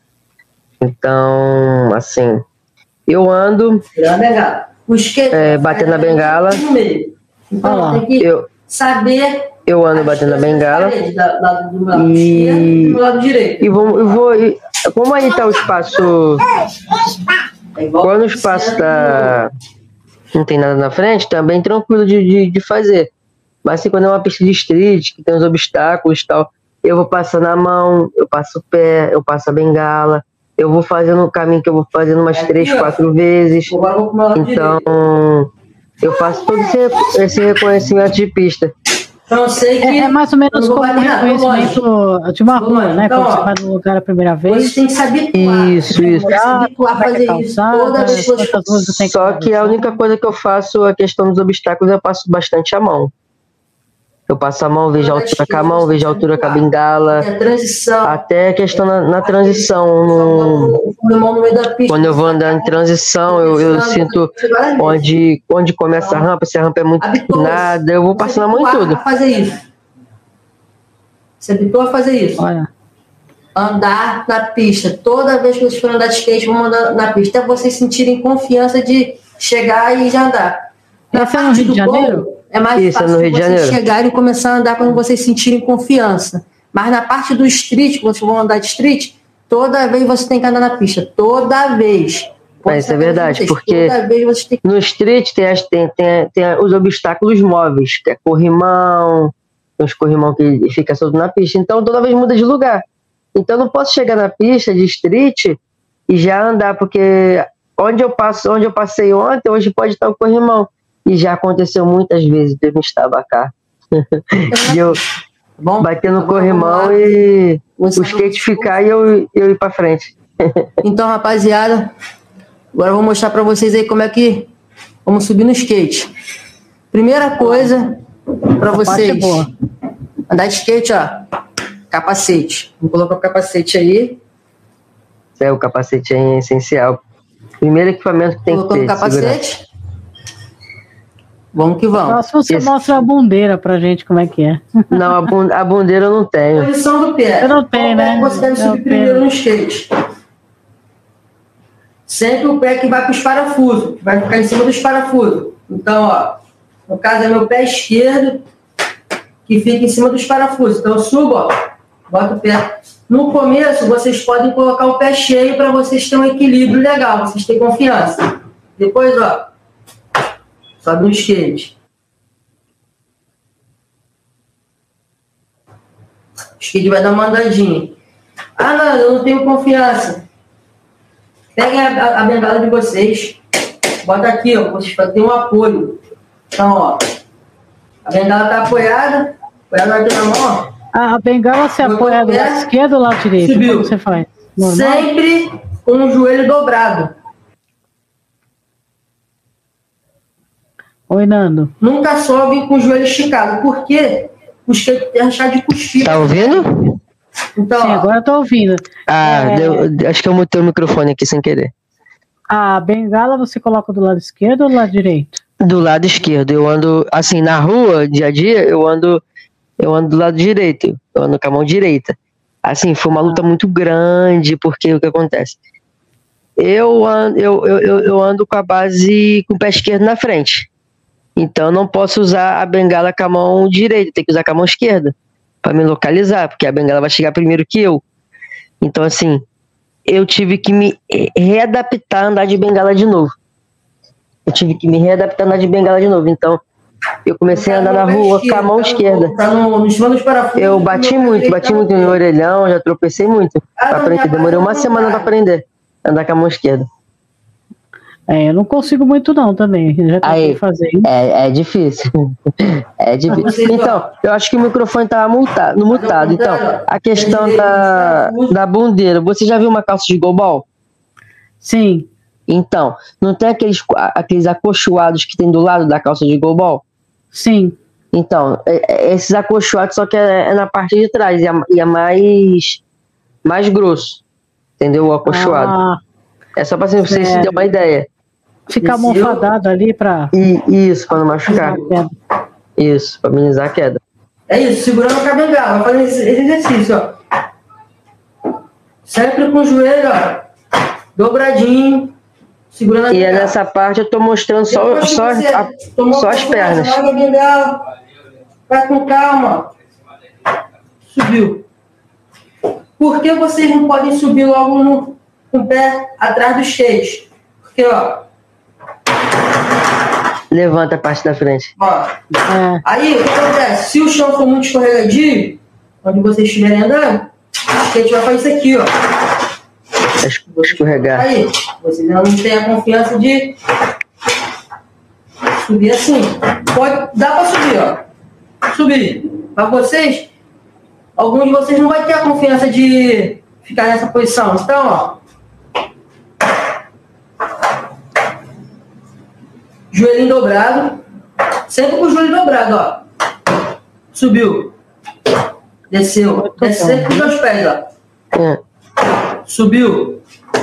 Speaker 3: Então, assim, eu ando
Speaker 4: o skate,
Speaker 3: é, batendo na bengala.
Speaker 4: Então, tem que eu, saber...
Speaker 3: Eu ando batendo na bengala
Speaker 4: da, da, do lado
Speaker 3: e,
Speaker 4: esquerdo, do lado direito.
Speaker 3: E vou, eu vou, e, como aí tá o espaço, é quando o espaço tá, não tem nada na frente, tá bem tranquilo de, de, de fazer. Mas assim, quando é uma pista de street, que tem os obstáculos e tal, eu vou passando a mão, eu passo o pé, eu passo a bengala, eu vou fazendo o caminho que eu vou fazendo umas é três, aqui, quatro vezes. Então, eu faço todo esse, esse reconhecimento de pista.
Speaker 4: Então, sei que
Speaker 2: é, é mais ou menos como um reconhecimento de uma rua, né?
Speaker 4: Então,
Speaker 2: quando você vai no lugar a primeira vez.
Speaker 4: Você tem que se habituar.
Speaker 3: Isso, isso.
Speaker 4: Você tem que se habituar a fazer calçada, isso toda vez que você...
Speaker 3: Só que a única coisa que eu faço, a questão dos obstáculos, eu passo bastante a mão. Eu passo a mão, vejo a altura com a mão, vejo a altura com a bengala.
Speaker 4: A transição.
Speaker 3: Até a questão na, na transição. No, quando eu vou andar em transição, eu, eu sinto onde, onde começa a rampa, se a rampa é muito nada, eu vou passando a mão em tudo.
Speaker 4: Fazer isso. Você habitou a fazer isso.
Speaker 2: Olha.
Speaker 4: Andar na pista. Toda vez que vocês forem andar de skate, vão andar na pista. Até vocês sentirem confiança de chegar e já andar. Na
Speaker 2: Essa é no Rio de Janeiro?
Speaker 4: É mais
Speaker 3: Isso,
Speaker 4: fácil
Speaker 3: é no Rio de
Speaker 4: vocês
Speaker 3: Janeiro.
Speaker 4: chegarem e começar a andar quando vocês sentirem confiança. Mas na parte do street, quando vocês vão andar de street, toda vez você tem que andar na pista. Toda vez.
Speaker 3: É, isso é verdade, vocês, porque
Speaker 4: tem que...
Speaker 3: no street tem, as, tem, tem, tem os obstáculos móveis, que é corrimão, tem os corrimão que fica solto na pista. Então toda vez muda de lugar. Então eu não posso chegar na pista de street e já andar, porque onde eu, passo, onde eu passei ontem, hoje pode estar o corrimão. E já aconteceu muitas vezes de eu me estabacar. E eu
Speaker 4: Bom,
Speaker 3: bater no
Speaker 4: agora
Speaker 3: corrimão
Speaker 4: vamos lá.
Speaker 3: e o
Speaker 4: Você-
Speaker 3: skate ficar e eu, eu ir pra frente.
Speaker 4: Então, rapaziada, agora eu vou mostrar pra vocês aí como é que vamos subir no skate. Primeira coisa pra
Speaker 2: parte é
Speaker 4: vocês
Speaker 2: boa.
Speaker 4: andar de skate, ó, capacete. Vou colocar o capacete aí.
Speaker 3: É, o capacete é essencial. Primeiro equipamento que tem que
Speaker 4: Colocando
Speaker 3: ter.
Speaker 4: o capacete. Vamos que vamos.
Speaker 2: Próximo você
Speaker 3: Esse-
Speaker 2: mostra a bundeira pra gente como é que é.
Speaker 3: segurança. Não, a, bun- a bundeira eu não tenho.
Speaker 4: Posição do pé.
Speaker 2: Eu não tenho,
Speaker 4: Qual pé
Speaker 2: né?
Speaker 4: que você deve
Speaker 2: Eu
Speaker 4: subir
Speaker 2: tenho.
Speaker 4: primeiro no skate? Sempre o pé que vai para os parafusos, que vai ficar em cima dos parafusos. Então, ó, no caso é meu pé esquerdo, que fica em cima dos parafusos. Então eu subo, ó, boto o pé. No começo, vocês podem colocar o pé cheio para vocês terem um equilíbrio legal, vocês terem confiança. Depois, ó, sobe no skate. O skate vai dar uma andadinha. Ah, não, eu não tenho confiança. Peguem a, a, a bengala de vocês. Bota aqui, ó, vocês podem ter um apoio. Então, ó, a bengala tá apoiada, apoiada aqui na mão, ó.
Speaker 2: A a bengala se
Speaker 4: Botou
Speaker 2: apoia do
Speaker 4: o pé,
Speaker 2: lado esquerdo ou do lado direito?
Speaker 4: subiu.
Speaker 2: Como você faz? Normal?
Speaker 4: Sempre com o joelho dobrado.
Speaker 2: Oi, Nando.
Speaker 4: Nunca sobe com o joelho esticado. Por quê? O skate tem achar de cuspir.
Speaker 3: Tá ouvindo?
Speaker 4: Então,
Speaker 2: Sim,
Speaker 4: ó,
Speaker 2: agora eu tô ouvindo.
Speaker 3: Ah,
Speaker 2: É.
Speaker 3: deu- acho que eu mutei o microfone aqui sem querer.
Speaker 2: A bengala você coloca do lado esquerdo ou do lado direito?
Speaker 3: Do lado esquerdo, eu ando, assim, na rua, dia a dia, eu ando, eu ando do lado direito, eu ando com a mão direita. Assim, foi uma luta muito grande, porque o que acontece? Eu ando, eu, eu, eu- eu ando com a base com o pé esquerdo na frente. Então eu não posso usar a bengala com a mão direita, tem que usar com a mão esquerda para me localizar, porque a bengala vai chegar primeiro que eu. Então, assim, eu tive que me readaptar a andar de bengala de novo. Eu tive que me readaptar a andar de bengala de novo. Então, eu comecei a andar na rua com a mão esquerda.
Speaker 4: Tá no, no cima dos parafusos.
Speaker 3: Eu bati muito, bati muito no meu orelhão, já tropecei muito pra aprender. Demorei uma semana pra aprender a andar com a mão esquerda.
Speaker 2: É, eu não consigo muito não também. Eu já tentei
Speaker 3: Aí.
Speaker 2: fazer.
Speaker 3: É, é difícil. É difícil. Então, eu acho que o microfone tava multado, no mutado. Então, a questão da, da bundeira. Você já viu uma calça de goalball?
Speaker 2: Sim,
Speaker 3: Então, não tem aqueles, aqueles acolchoados que tem do lado da calça de goalball?
Speaker 2: sim.
Speaker 3: Então, é- é esses acolchoados, só que é, é na parte de trás, e é, e é mais, mais grosso, entendeu? O acolchoado.
Speaker 2: Ah,
Speaker 3: É só pra vocês se
Speaker 2: certo.
Speaker 3: terem uma ideia.
Speaker 2: fica
Speaker 4: Desceu.
Speaker 2: almofadado ali pra
Speaker 3: E isso, pra não machucar. Isso, pra amenizar a queda.
Speaker 4: É isso, segurando com a bengala. Vai fazer esse esse exercício, ó. Sempre com o joelho, ó, dobradinho, segurando a
Speaker 3: E é
Speaker 4: bengala.
Speaker 3: nessa parte eu tô mostrando só,
Speaker 4: Depois que
Speaker 3: só,
Speaker 4: você
Speaker 3: a-
Speaker 4: tomou
Speaker 3: só as
Speaker 4: confiança,
Speaker 3: pernas.
Speaker 4: larga a bengala, vai com calma. Subiu. Por que vocês não podem subir logo no, com o pé atrás do skate? Porque, ó,
Speaker 3: Levanta a parte da frente.
Speaker 4: ó,
Speaker 2: É,
Speaker 4: aí o que acontece? Se o chão for muito escorregadio, onde vocês estiverem andando, o skate vai fazer isso aqui, ó.
Speaker 3: Es- Escorregar.
Speaker 4: Aí, vocês não têm a confiança de subir assim. Pode, dá pra subir, ó. Subir. Pra vocês, alguns de vocês não vai ter a confiança de ficar nessa posição. Então, ó. Joelhinho dobrado. Sempre com o joelho dobrado, ó. Subiu. Desceu. Desce sempre com os dois pés, ó.
Speaker 3: É.
Speaker 4: Subiu.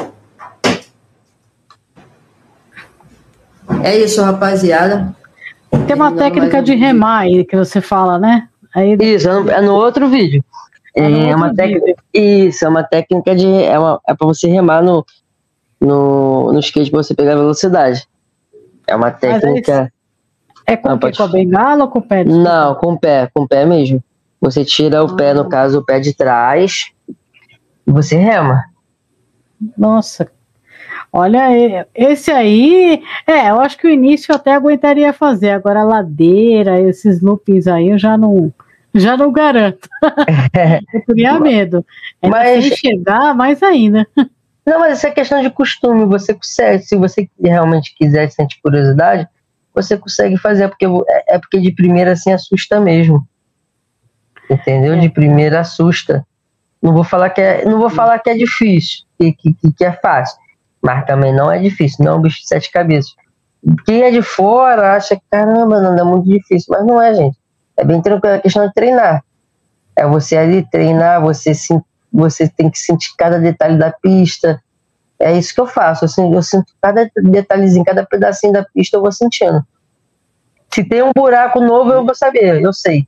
Speaker 4: É isso, rapaziada.
Speaker 2: tem uma
Speaker 4: Não,
Speaker 2: técnica
Speaker 4: mas
Speaker 2: de
Speaker 4: eu-
Speaker 2: remar aí que você fala, né? Aí
Speaker 3: Isso, é no, é no outro vídeo.
Speaker 2: É no
Speaker 3: É,
Speaker 2: outro
Speaker 3: uma
Speaker 2: vídeo.
Speaker 3: técnica. Isso, é uma técnica de. É, uma, é pra você remar no, no, no skate pra você pegar velocidade. É uma técnica.
Speaker 2: é com,
Speaker 3: Ah,
Speaker 2: o quê?
Speaker 3: pode-
Speaker 2: Com a bengala ou com o pé?
Speaker 3: Não, com o pé, com o pé mesmo. Você tira o pé, no caso, o pé de trás, e você rema.
Speaker 2: Nossa. Olha, e- esse aí, é, eu acho que o início eu até aguentaria fazer. Agora a ladeira, esses loopings aí, eu já não, já não garanto. Eu teria medo. Ainda
Speaker 3: Mas-
Speaker 2: sem chegar, mais ainda.
Speaker 3: Não, mas isso é questão de costume. Você consegue, se você realmente quiser, sente curiosidade, você consegue fazer, porque é porque de primeira assim assusta mesmo. Entendeu? De primeira assusta. Não vou falar que é, não vou falar que é difícil, que, que, que é fácil, mas também não é difícil, não é um bicho de sete cabeças. Quem é de fora acha que, caramba, não é muito difícil, mas não é, gente. É bem tranquilo, é questão de treinar. É você ali treinar, você, você tem que sentir cada detalhe da pista. É isso que eu faço, eu, eu sinto cada detalhezinho, cada pedacinho da pista eu vou sentindo. Se tem um buraco novo, eu vou saber, eu sei.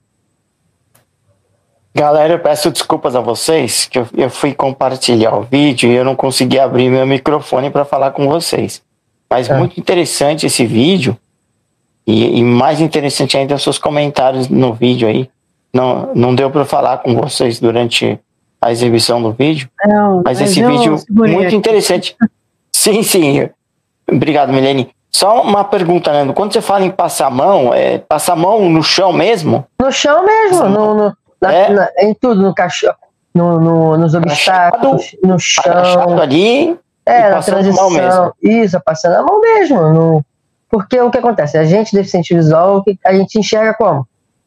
Speaker 1: Galera, eu peço desculpas a vocês, que eu, eu fui compartilhar o vídeo e eu não consegui abrir meu microfone para falar com vocês. Mas é. Muito interessante esse vídeo, e, e mais interessante ainda os seus comentários no vídeo aí. Não, não deu para falar com vocês durante a exibição do vídeo, não, mas, mas esse vídeo muito aqui. Interessante. Sim, sim. Obrigado, Milene. Só uma pergunta, Nando. Quando você fala em passar a mão, é passar a mão no chão mesmo?
Speaker 3: No chão mesmo, no, no, na, é. na, em tudo, no cachorro, no, no, nos obstáculos, no chão.
Speaker 1: Ali,
Speaker 3: é, na transição. Mesmo. Isso, passando a mão mesmo. No, porque o que acontece? A gente, deficiente visual, a gente enxerga como?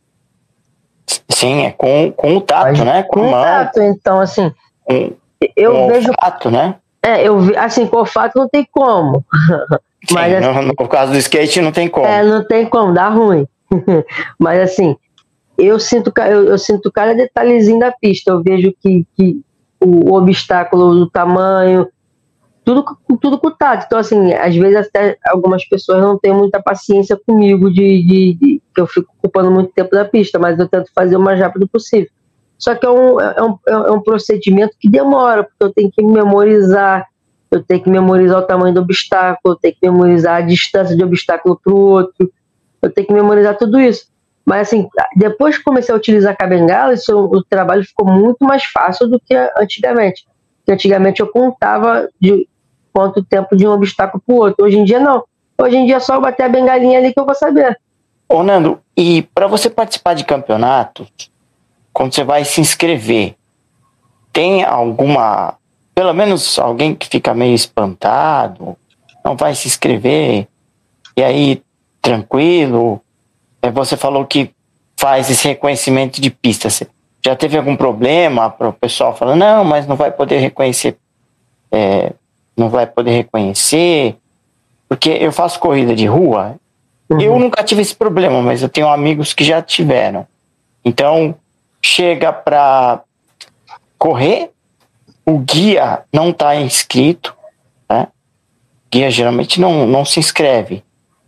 Speaker 1: Sim, é com, com o tato, Mas, né?
Speaker 3: Com, com o tato, então, assim, com, eu
Speaker 1: com
Speaker 3: vejo...
Speaker 1: o olfato, né?
Speaker 3: É, eu vi, assim, com o olfato não tem como.
Speaker 1: Sim, Mas, assim, no, no caso do skate não tem como.
Speaker 3: É, não tem como, dá ruim. Mas, assim, eu sinto, eu, eu sinto cada detalhezinho da pista. Eu vejo que, que o, o obstáculo do tamanho, tudo, tudo com o tato. Então, assim, às vezes até algumas pessoas não têm muita paciência comigo de, de, de que eu fico ocupando muito tempo da pista, mas eu tento fazer o mais rápido possível. Só que é um, é um, é um procedimento que demora, porque eu tenho que memorizar, eu tenho que memorizar o tamanho do obstáculo, eu tenho que memorizar a distância de obstáculo para o outro, eu tenho que memorizar tudo isso. Mas, assim, depois que comecei a utilizar a bengala, isso, o trabalho ficou muito mais fácil do que antigamente. Porque antigamente eu contava de quanto tempo de um obstáculo para o outro. Hoje em dia, não. Hoje em dia é só eu bater a bengalinha ali que eu vou saber.
Speaker 1: Ô, Nando, e para você participar de campeonato, quando você vai se inscrever, tem alguma, pelo menos alguém que fica meio espantado, não vai se inscrever, e aí, tranquilo, você falou que faz esse reconhecimento de pista, você já teve algum problema para o pessoal falando, não, mas não vai poder reconhecer, é, não vai poder reconhecer, porque eu faço corrida de rua, uhum. Eu nunca tive esse problema, mas eu tenho amigos que já tiveram, então chega para correr, o guia não está inscrito, né? O guia geralmente não, não se inscreve.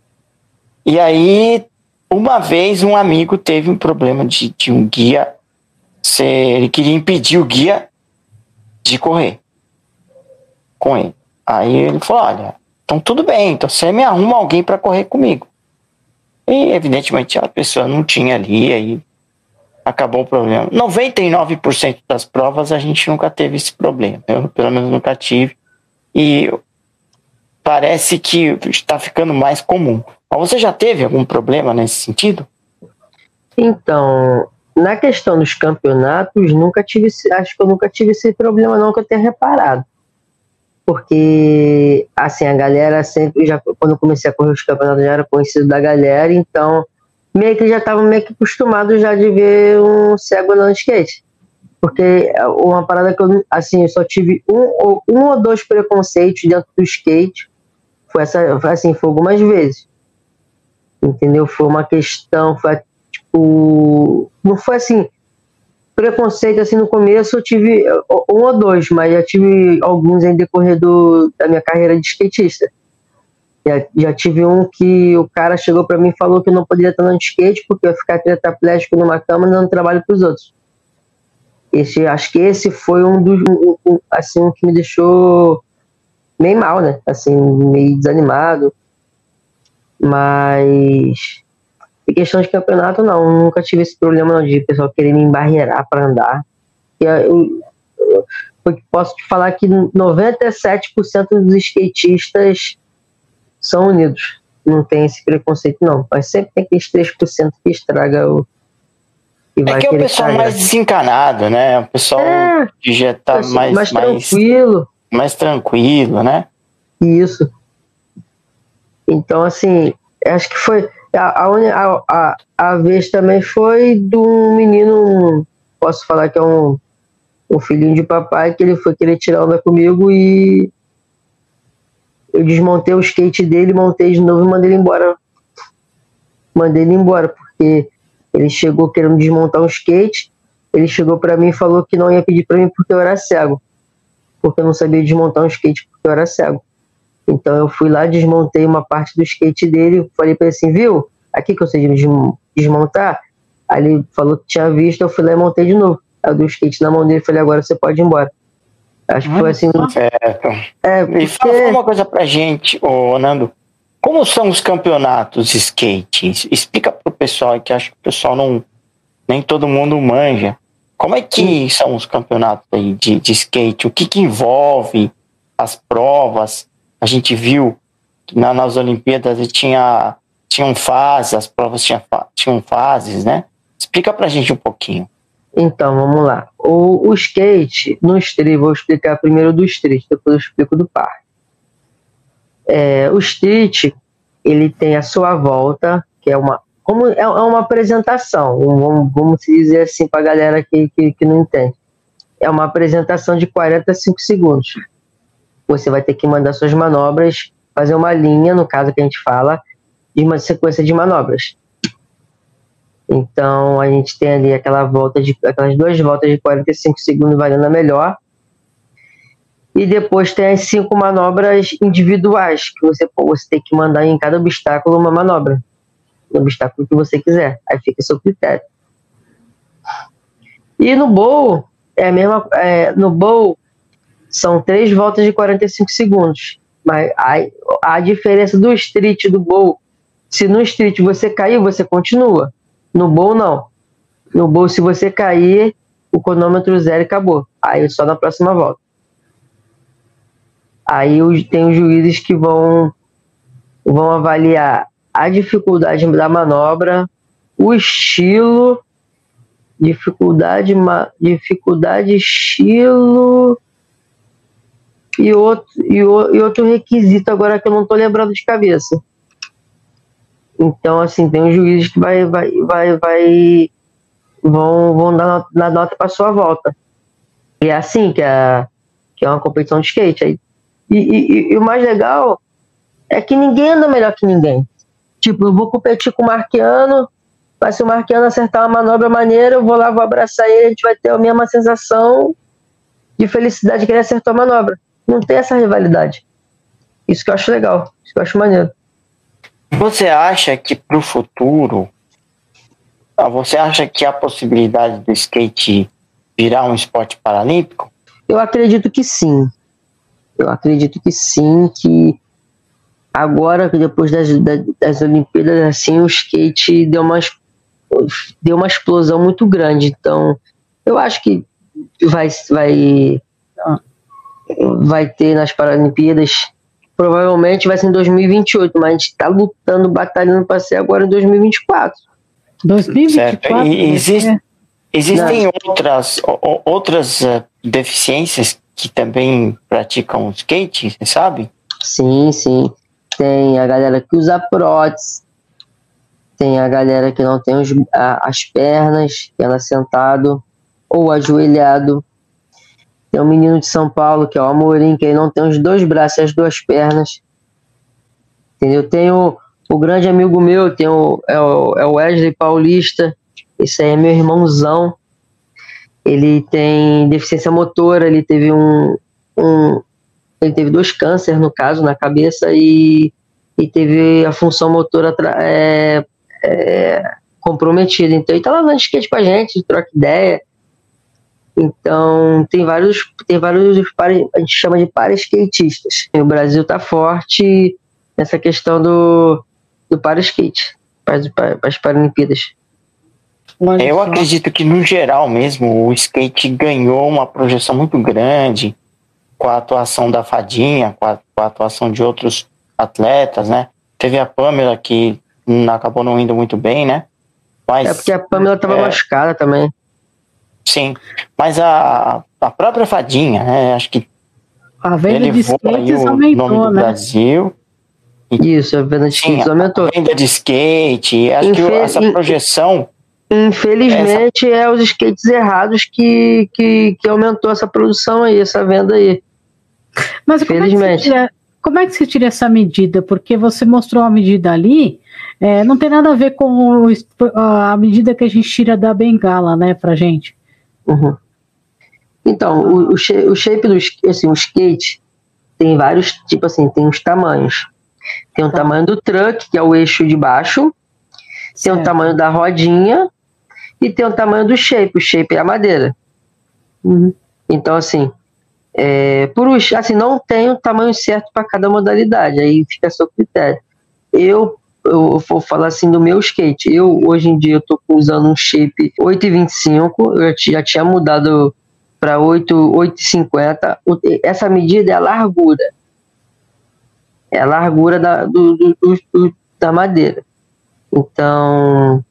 Speaker 1: E aí, uma vez, um amigo teve um problema de, de um guia, se, ele queria impedir o guia de correr com ele. Aí ele falou, olha, então tudo bem, então você me arruma alguém para correr comigo. E, evidentemente, a pessoa não tinha ali, aí acabou o problema. noventa e nove por cento das provas a gente nunca teve esse problema. Eu, pelo menos, nunca tive. E parece que está ficando mais comum. Mas você já teve algum problema nesse sentido?
Speaker 3: Então, na questão dos campeonatos, nunca tive, acho que eu nunca tive esse problema não que eu tenha reparado. Porque, assim, a galera sempre, já, quando eu comecei a correr os campeonatos, já era conhecido da galera, então meio que já estava meio que acostumado já de ver um cego andando de skate. Porque uma parada que eu, assim, eu só tive um ou, um ou dois preconceitos dentro do skate, foi, essa, foi assim, foi algumas vezes. Entendeu? Foi uma questão, foi tipo, não foi assim, preconceito assim no começo, eu tive um ou dois, mas já tive alguns em decorrer do, da minha carreira de skatista. Já, já tive um que o cara chegou pra mim e falou que eu não poderia estar andando de skate porque eu ia ficar tetraplégico numa cama dando trabalho pros outros. Esse, acho que esse foi um dos, um, um, assim, um que me deixou meio mal, né? Assim, meio desanimado. Mas em questão de campeonato, não, nunca tive esse problema não, de pessoal querer me embarrear para andar. E eu, eu, eu posso te falar que noventa e sete por cento dos skatistas são unidos. Não tem esse preconceito, não. Mas sempre tem aqueles três por cento que estraga o.
Speaker 1: Que vai é que é o pessoal estragar. Mais desencanado, né? O pessoal é, que já tá mais, mais,
Speaker 3: mais tranquilo.
Speaker 1: Mais tranquilo, né?
Speaker 3: Isso. Então, assim, acho que foi. A, a, a, a vez também foi de um menino, posso falar que é um, um filhinho de papai, que ele foi querer tirar onda comigo e eu desmontei o skate dele, montei de novo e mandei ele embora. Mandei ele embora, porque ele chegou querendo desmontar um skate, ele chegou pra mim e falou que não ia pedir pra mim porque eu era cego. Porque eu não sabia desmontar um skate porque eu era cego. Então eu fui lá, desmontei uma parte do skate dele, falei pra ele assim, viu? Aqui que eu sei desmontar. Aí ele falou que tinha visto, eu fui lá e montei de novo. Aí eu dei o skate na mão dele e falei, agora você pode ir embora. Acho que foi assim.
Speaker 1: Certo.
Speaker 3: É, porque...
Speaker 1: E fala uma coisa pra gente, ô Nando. Como são os campeonatos de skate? Explica pro pessoal, que acho que o pessoal não... Nem todo mundo manja. Como é que são os campeonatos aí de, de skate? O que que envolve as provas? A gente viu que na, nas Olimpíadas tinha, tinham fases, as provas tinham, tinham fases, né? Explica pra gente um pouquinho.
Speaker 3: Então, vamos lá. O, o skate, no street, vou explicar primeiro do street, depois eu explico do parque. É, o street, ele tem a sua volta, que é uma, como, é, é uma apresentação, vamos, vamos dizer assim para a galera que, que, que não entende. É uma apresentação de quarenta a cinco segundos. Você vai ter que mandar suas manobras, fazer uma linha, no caso que a gente fala, de uma sequência de manobras. Então, a gente tem ali aquela volta de, aquelas duas voltas de quarenta e cinco segundos valendo a melhor. E depois tem as cinco manobras individuais, que você, você tem que mandar em cada obstáculo uma manobra. No obstáculo que você quiser. Aí fica a seu critério. E no bowl, é a mesma, é, no bowl, são três voltas de quarenta e cinco segundos. Mas a, a diferença do street e do bowl, se no street você cair, você continua. No bowl, não. No bowl, se você cair, o cronômetro zero e acabou. Aí só na próxima volta. Aí tem os juízes que vão, vão avaliar a dificuldade da manobra, o estilo, dificuldade, dificuldade, estilo e outro, e, o, e outro requisito agora que eu não estou lembrando de cabeça. Então, assim, tem os juízes que vai, vai, vai, vai, vão, vão dar na nota para sua volta. E é assim que é, que é uma competição de skate. Aí, e, e, e o mais legal é que ninguém anda melhor que ninguém. Tipo, eu vou competir com o Marquiano, mas se o Marquiano acertar uma manobra maneira, eu vou lá, vou abraçar ele, a gente vai ter a mesma sensação de felicidade que ele acertou a manobra. Não tem essa rivalidade. Isso que eu acho legal, isso que eu acho maneiro.
Speaker 1: Você acha que para o futuro, você acha que há possibilidade do skate virar um esporte paralímpico?
Speaker 3: Eu acredito que sim. Eu acredito que sim, que agora, depois das, das, das Olimpíadas, assim, o skate deu uma, deu uma explosão muito grande. Então, eu acho que vai, vai, vai ter nas Paralimpíadas. Provavelmente vai ser em dois mil e vinte e oito, mas a gente está lutando, batalhando para ser agora em dois mil e vinte e quatro.
Speaker 2: dois mil e vinte e quatro?
Speaker 1: E existe, existem outras, outras deficiências que também praticam skate, você sabe?
Speaker 3: Sim, sim. Tem a galera que usa prótese, tem a galera que não tem os, a, as pernas, que ela sentado ou ajoelhado. Tem um menino de São Paulo, que é o Amorim, que ele não tem os dois braços e as duas pernas. Entendeu? Tem o, o grande amigo meu, tem o, é, o, é o Wesley Paulista, esse aí é meu irmãozão. Ele tem deficiência motora, ele teve um, um ele teve dois cânceres, no caso, na cabeça, e, e teve a função motora é, é, comprometida. Então ele tá lá no skate com a gente, troca ideia. Então, tem vários, tem vários, a gente chama de para-skatistas. O Brasil está forte nessa questão do, do para-skate, para, para as Paralimpíadas.
Speaker 1: Eu acredito que, no geral mesmo, o skate ganhou uma projeção muito grande com a atuação da Fadinha, com a, com a atuação de outros atletas, né? Teve a Pamela, que acabou não indo muito bem, né? Mas,
Speaker 3: é porque a Pamela estava é... machucada também.
Speaker 1: Sim, mas a, a própria Fadinha, né, acho que
Speaker 2: a venda de skates
Speaker 1: o
Speaker 2: aumentou,
Speaker 1: nome do
Speaker 2: né?
Speaker 1: Brasil.
Speaker 3: Isso, a venda de skates
Speaker 1: Sim,
Speaker 3: aumentou.
Speaker 1: A venda de skate, acho
Speaker 3: Infe-
Speaker 1: que essa projeção...
Speaker 3: Infelizmente, essa... é os skates errados que, que, que aumentou essa produção aí, essa venda aí.
Speaker 2: Mas como é, que se tira, como é que se tira essa medida? Porque você mostrou a medida ali, é, não tem nada a ver com o, a medida que a gente tira da bengala, né, pra gente.
Speaker 3: Uhum. Então, o, o, shape, o shape do assim, o skate tem vários, tipo assim, tem os tamanhos. Tem o tá. tamanho do truck, que é o eixo de baixo, certo. Tem o tamanho da rodinha e tem o tamanho do shape. O shape é a madeira.
Speaker 2: Uhum.
Speaker 3: Então, assim, é, por, assim, não tem o tamanho certo para cada modalidade, aí fica a seu critério. Eu, eu vou falar assim do meu skate. Eu, hoje em dia, eu tô usando um shape oito e vinte e cinco, eu já tinha mudado para oito e cinquenta. Essa medida é a largura. É a largura da, do, do, do, da madeira. Então,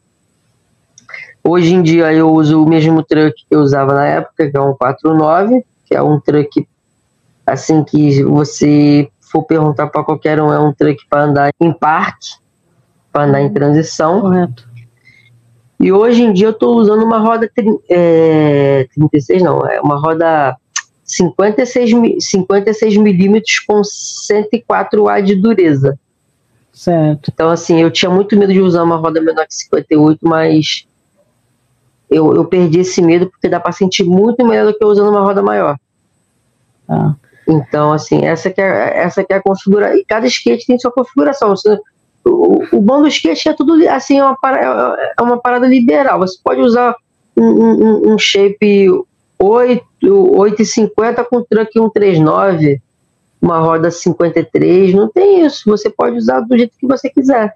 Speaker 3: hoje em dia eu uso o mesmo truck que eu usava na época, que é um quatro nove, que é um truck, assim, que você for perguntar para qualquer um, é um truck para andar em parque, para andar em transição.
Speaker 2: Correto.
Speaker 3: E hoje em dia eu estou usando uma roda é, trinta e seis, não, é uma roda cinquenta e seis milímetros com cento e quatro A de dureza.
Speaker 2: Certo.
Speaker 3: Então, assim, eu tinha muito medo de usar uma roda menor que cinquenta e oito, mas eu, eu perdi esse medo porque dá para sentir muito melhor do que usando uma roda maior.
Speaker 2: Ah.
Speaker 3: Então, assim, essa que é, essa que é a configuração. E cada skate tem sua configuração. Você, o, o bom do skate é tudo assim, é uma, parada, é uma parada liberal. Você pode usar um, um, um shape oito e cinquenta com truck cento e trinta e nove, uma roda cinquenta e três, não tem isso. Você pode usar do jeito que você quiser.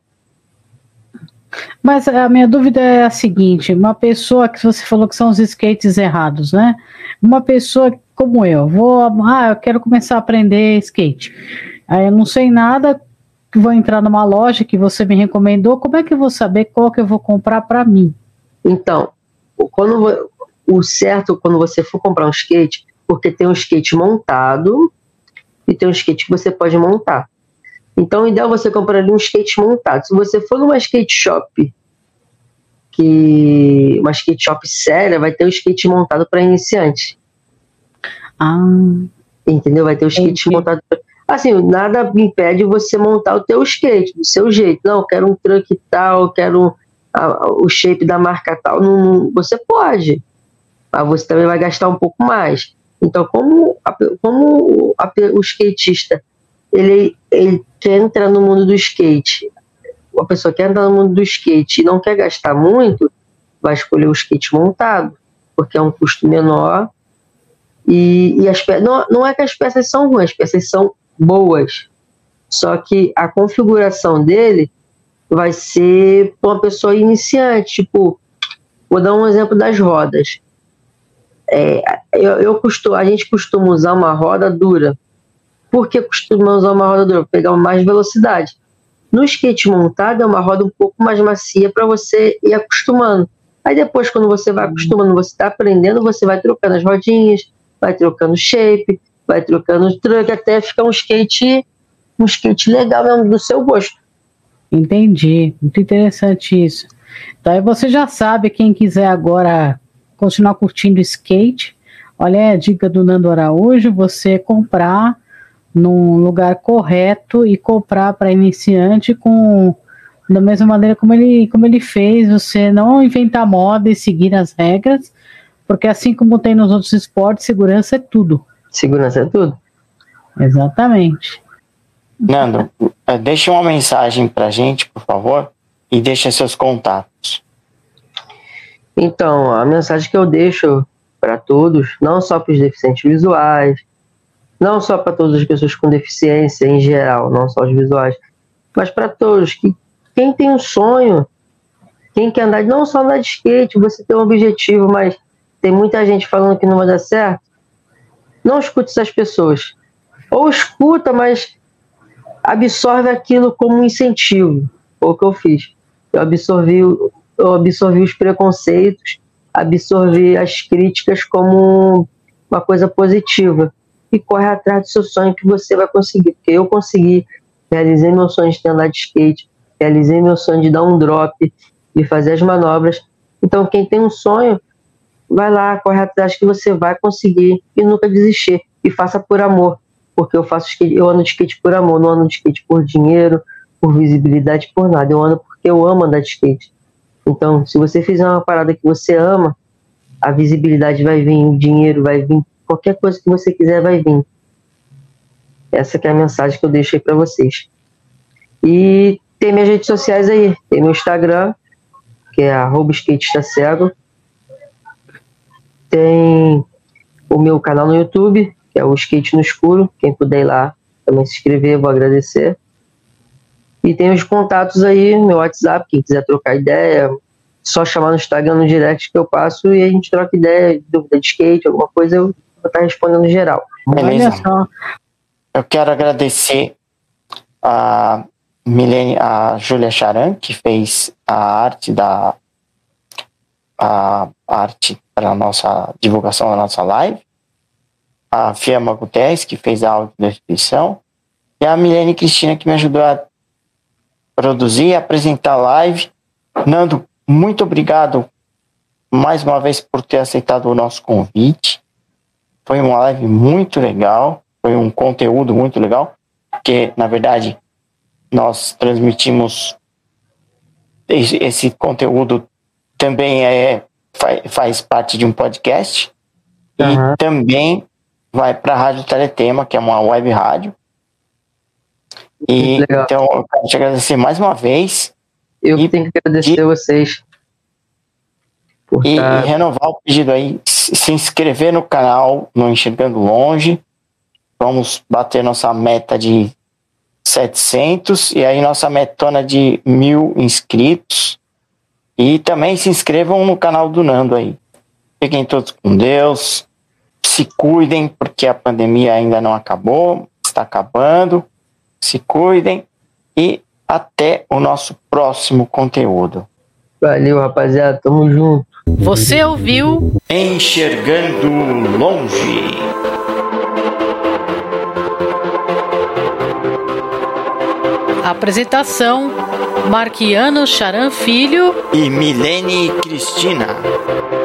Speaker 2: Mas a minha dúvida é a seguinte: uma pessoa que você falou que são os skates errados, né? Uma pessoa como eu, vou, ah, eu quero começar a aprender skate. Aí eu não sei nada, vou entrar numa loja que você me recomendou. Como é que eu vou saber qual que eu vou comprar para mim?
Speaker 3: Então, quando o certo quando você for comprar um skate, porque tem um skate montado e tem um skate que você pode montar. Então, o ideal é você comprar um skate montado. Se você for numa skate shop, que uma skate shop séria, vai ter o skate montado para iniciante.
Speaker 2: Ah.
Speaker 3: Entendeu? Vai ter o skate
Speaker 2: entendi.
Speaker 3: montado. Assim, nada impede você montar o teu skate do seu jeito. Não, eu quero um truck tal, quero a, o shape da marca tal. Não, você pode. Mas você também vai gastar um pouco mais. Então, como, a, como a, o skatista ele, ele quer entrar no mundo do skate, uma pessoa que entra no mundo do skate e não quer gastar muito, vai escolher o skate montado, porque é um custo menor. E, e as peças, não, não é que as peças são ruins, as peças são boas. Só que a configuração dele vai ser para uma pessoa iniciante. Tipo, vou dar um exemplo das rodas. É, eu, eu costumo, a gente costuma usar uma roda dura. Por que costuma usar uma roda dura? Para pegar mais velocidade. No skate montado é uma roda um pouco mais macia para você ir acostumando. Aí depois, quando você vai acostumando, você está aprendendo, você vai trocando as rodinhas, vai trocando shape, vai trocando o truck, até ficar um skate, um skate legal mesmo, do seu gosto.
Speaker 2: Entendi, muito interessante isso. Então aí você já sabe, quem quiser agora continuar curtindo skate, olha a dica do Nando Araújo, você comprar num lugar correto e comprar para iniciante com da mesma maneira como ele, como ele fez, você não inventar moda e seguir as regras, porque assim como tem nos outros esportes, segurança é tudo.
Speaker 3: Segurança é tudo.
Speaker 2: Exatamente.
Speaker 1: Nando, deixa uma mensagem pra gente, por favor, e deixa seus contatos.
Speaker 3: Então, a mensagem que eu deixo para todos, não só para os deficientes visuais, não só para todas as pessoas com deficiência em geral, não só os visuais, mas para todos, que quem tem um sonho, quem quer andar, não só andar de skate, você tem um objetivo, mas tem muita gente falando que não vai dar certo, não escute essas pessoas. Ou escuta, mas absorve aquilo como um incentivo. Foi o que eu fiz. Eu absorvi, eu absorvi os preconceitos, absorvi as críticas como uma coisa positiva. E corre atrás do seu sonho que você vai conseguir. Porque eu consegui, realizei meu sonho de andar de skate, realizei meu sonho de dar um drop, de fazer as manobras. Então, quem tem um sonho, vai lá, corre atrás que você vai conseguir e nunca desistir. E faça por amor, porque eu faço skate, eu ando de skate por amor, não ando de skate por dinheiro, por visibilidade, por nada. Eu ando porque eu amo andar de skate. Então, se você fizer uma parada que você ama, a visibilidade vai vir, o dinheiro vai vir, qualquer coisa que você quiser vai vir. Essa que é a mensagem que eu deixei para vocês. E tem minhas redes sociais aí, tem meu Instagram, que é arroba skatestacego. Tem o meu canal no YouTube, que é o Skate no Escuro. Quem puder ir lá também se inscrever, vou agradecer. E tem os contatos aí, meu WhatsApp, quem quiser trocar ideia, só chamar no Instagram, no direct que eu passo e a gente troca ideia, dúvida de skate, alguma coisa, eu vou estar respondendo geral.
Speaker 1: Beleza. Olha só. Eu quero agradecer a Milene, a Júlia Charan, que fez a arte da a arte para a nossa divulgação da nossa live, a Fiamma Guterres, que fez a audiodescrição, e a Milene Cristina, que me ajudou a produzir e apresentar a live. Nando, muito obrigado mais uma vez por ter aceitado o nosso convite. Foi uma live muito legal, foi um conteúdo muito legal, porque, na verdade, nós transmitimos esse, esse conteúdo também é, faz, faz parte de um podcast, uhum. E também vai para a Rádio Teletema, que é uma web rádio. E então eu quero te agradecer mais uma vez.
Speaker 3: Eu e, tenho que agradecer a vocês.
Speaker 1: E, e renovar o pedido aí, se inscrever no canal, no Enxergando Longe. Vamos bater nossa meta de setecentos e aí nossa metona de mil inscritos. E também se inscrevam no canal do Nando aí. Fiquem todos com Deus. Se cuidem, porque a pandemia ainda não acabou, está acabando. Se cuidem e até o nosso próximo conteúdo.
Speaker 3: Valeu, rapaziada. Tamo junto.
Speaker 5: Você ouviu
Speaker 1: Enxergando Longe.
Speaker 5: Apresentação: Marquiano Charan Filho
Speaker 1: e Milene Cristina.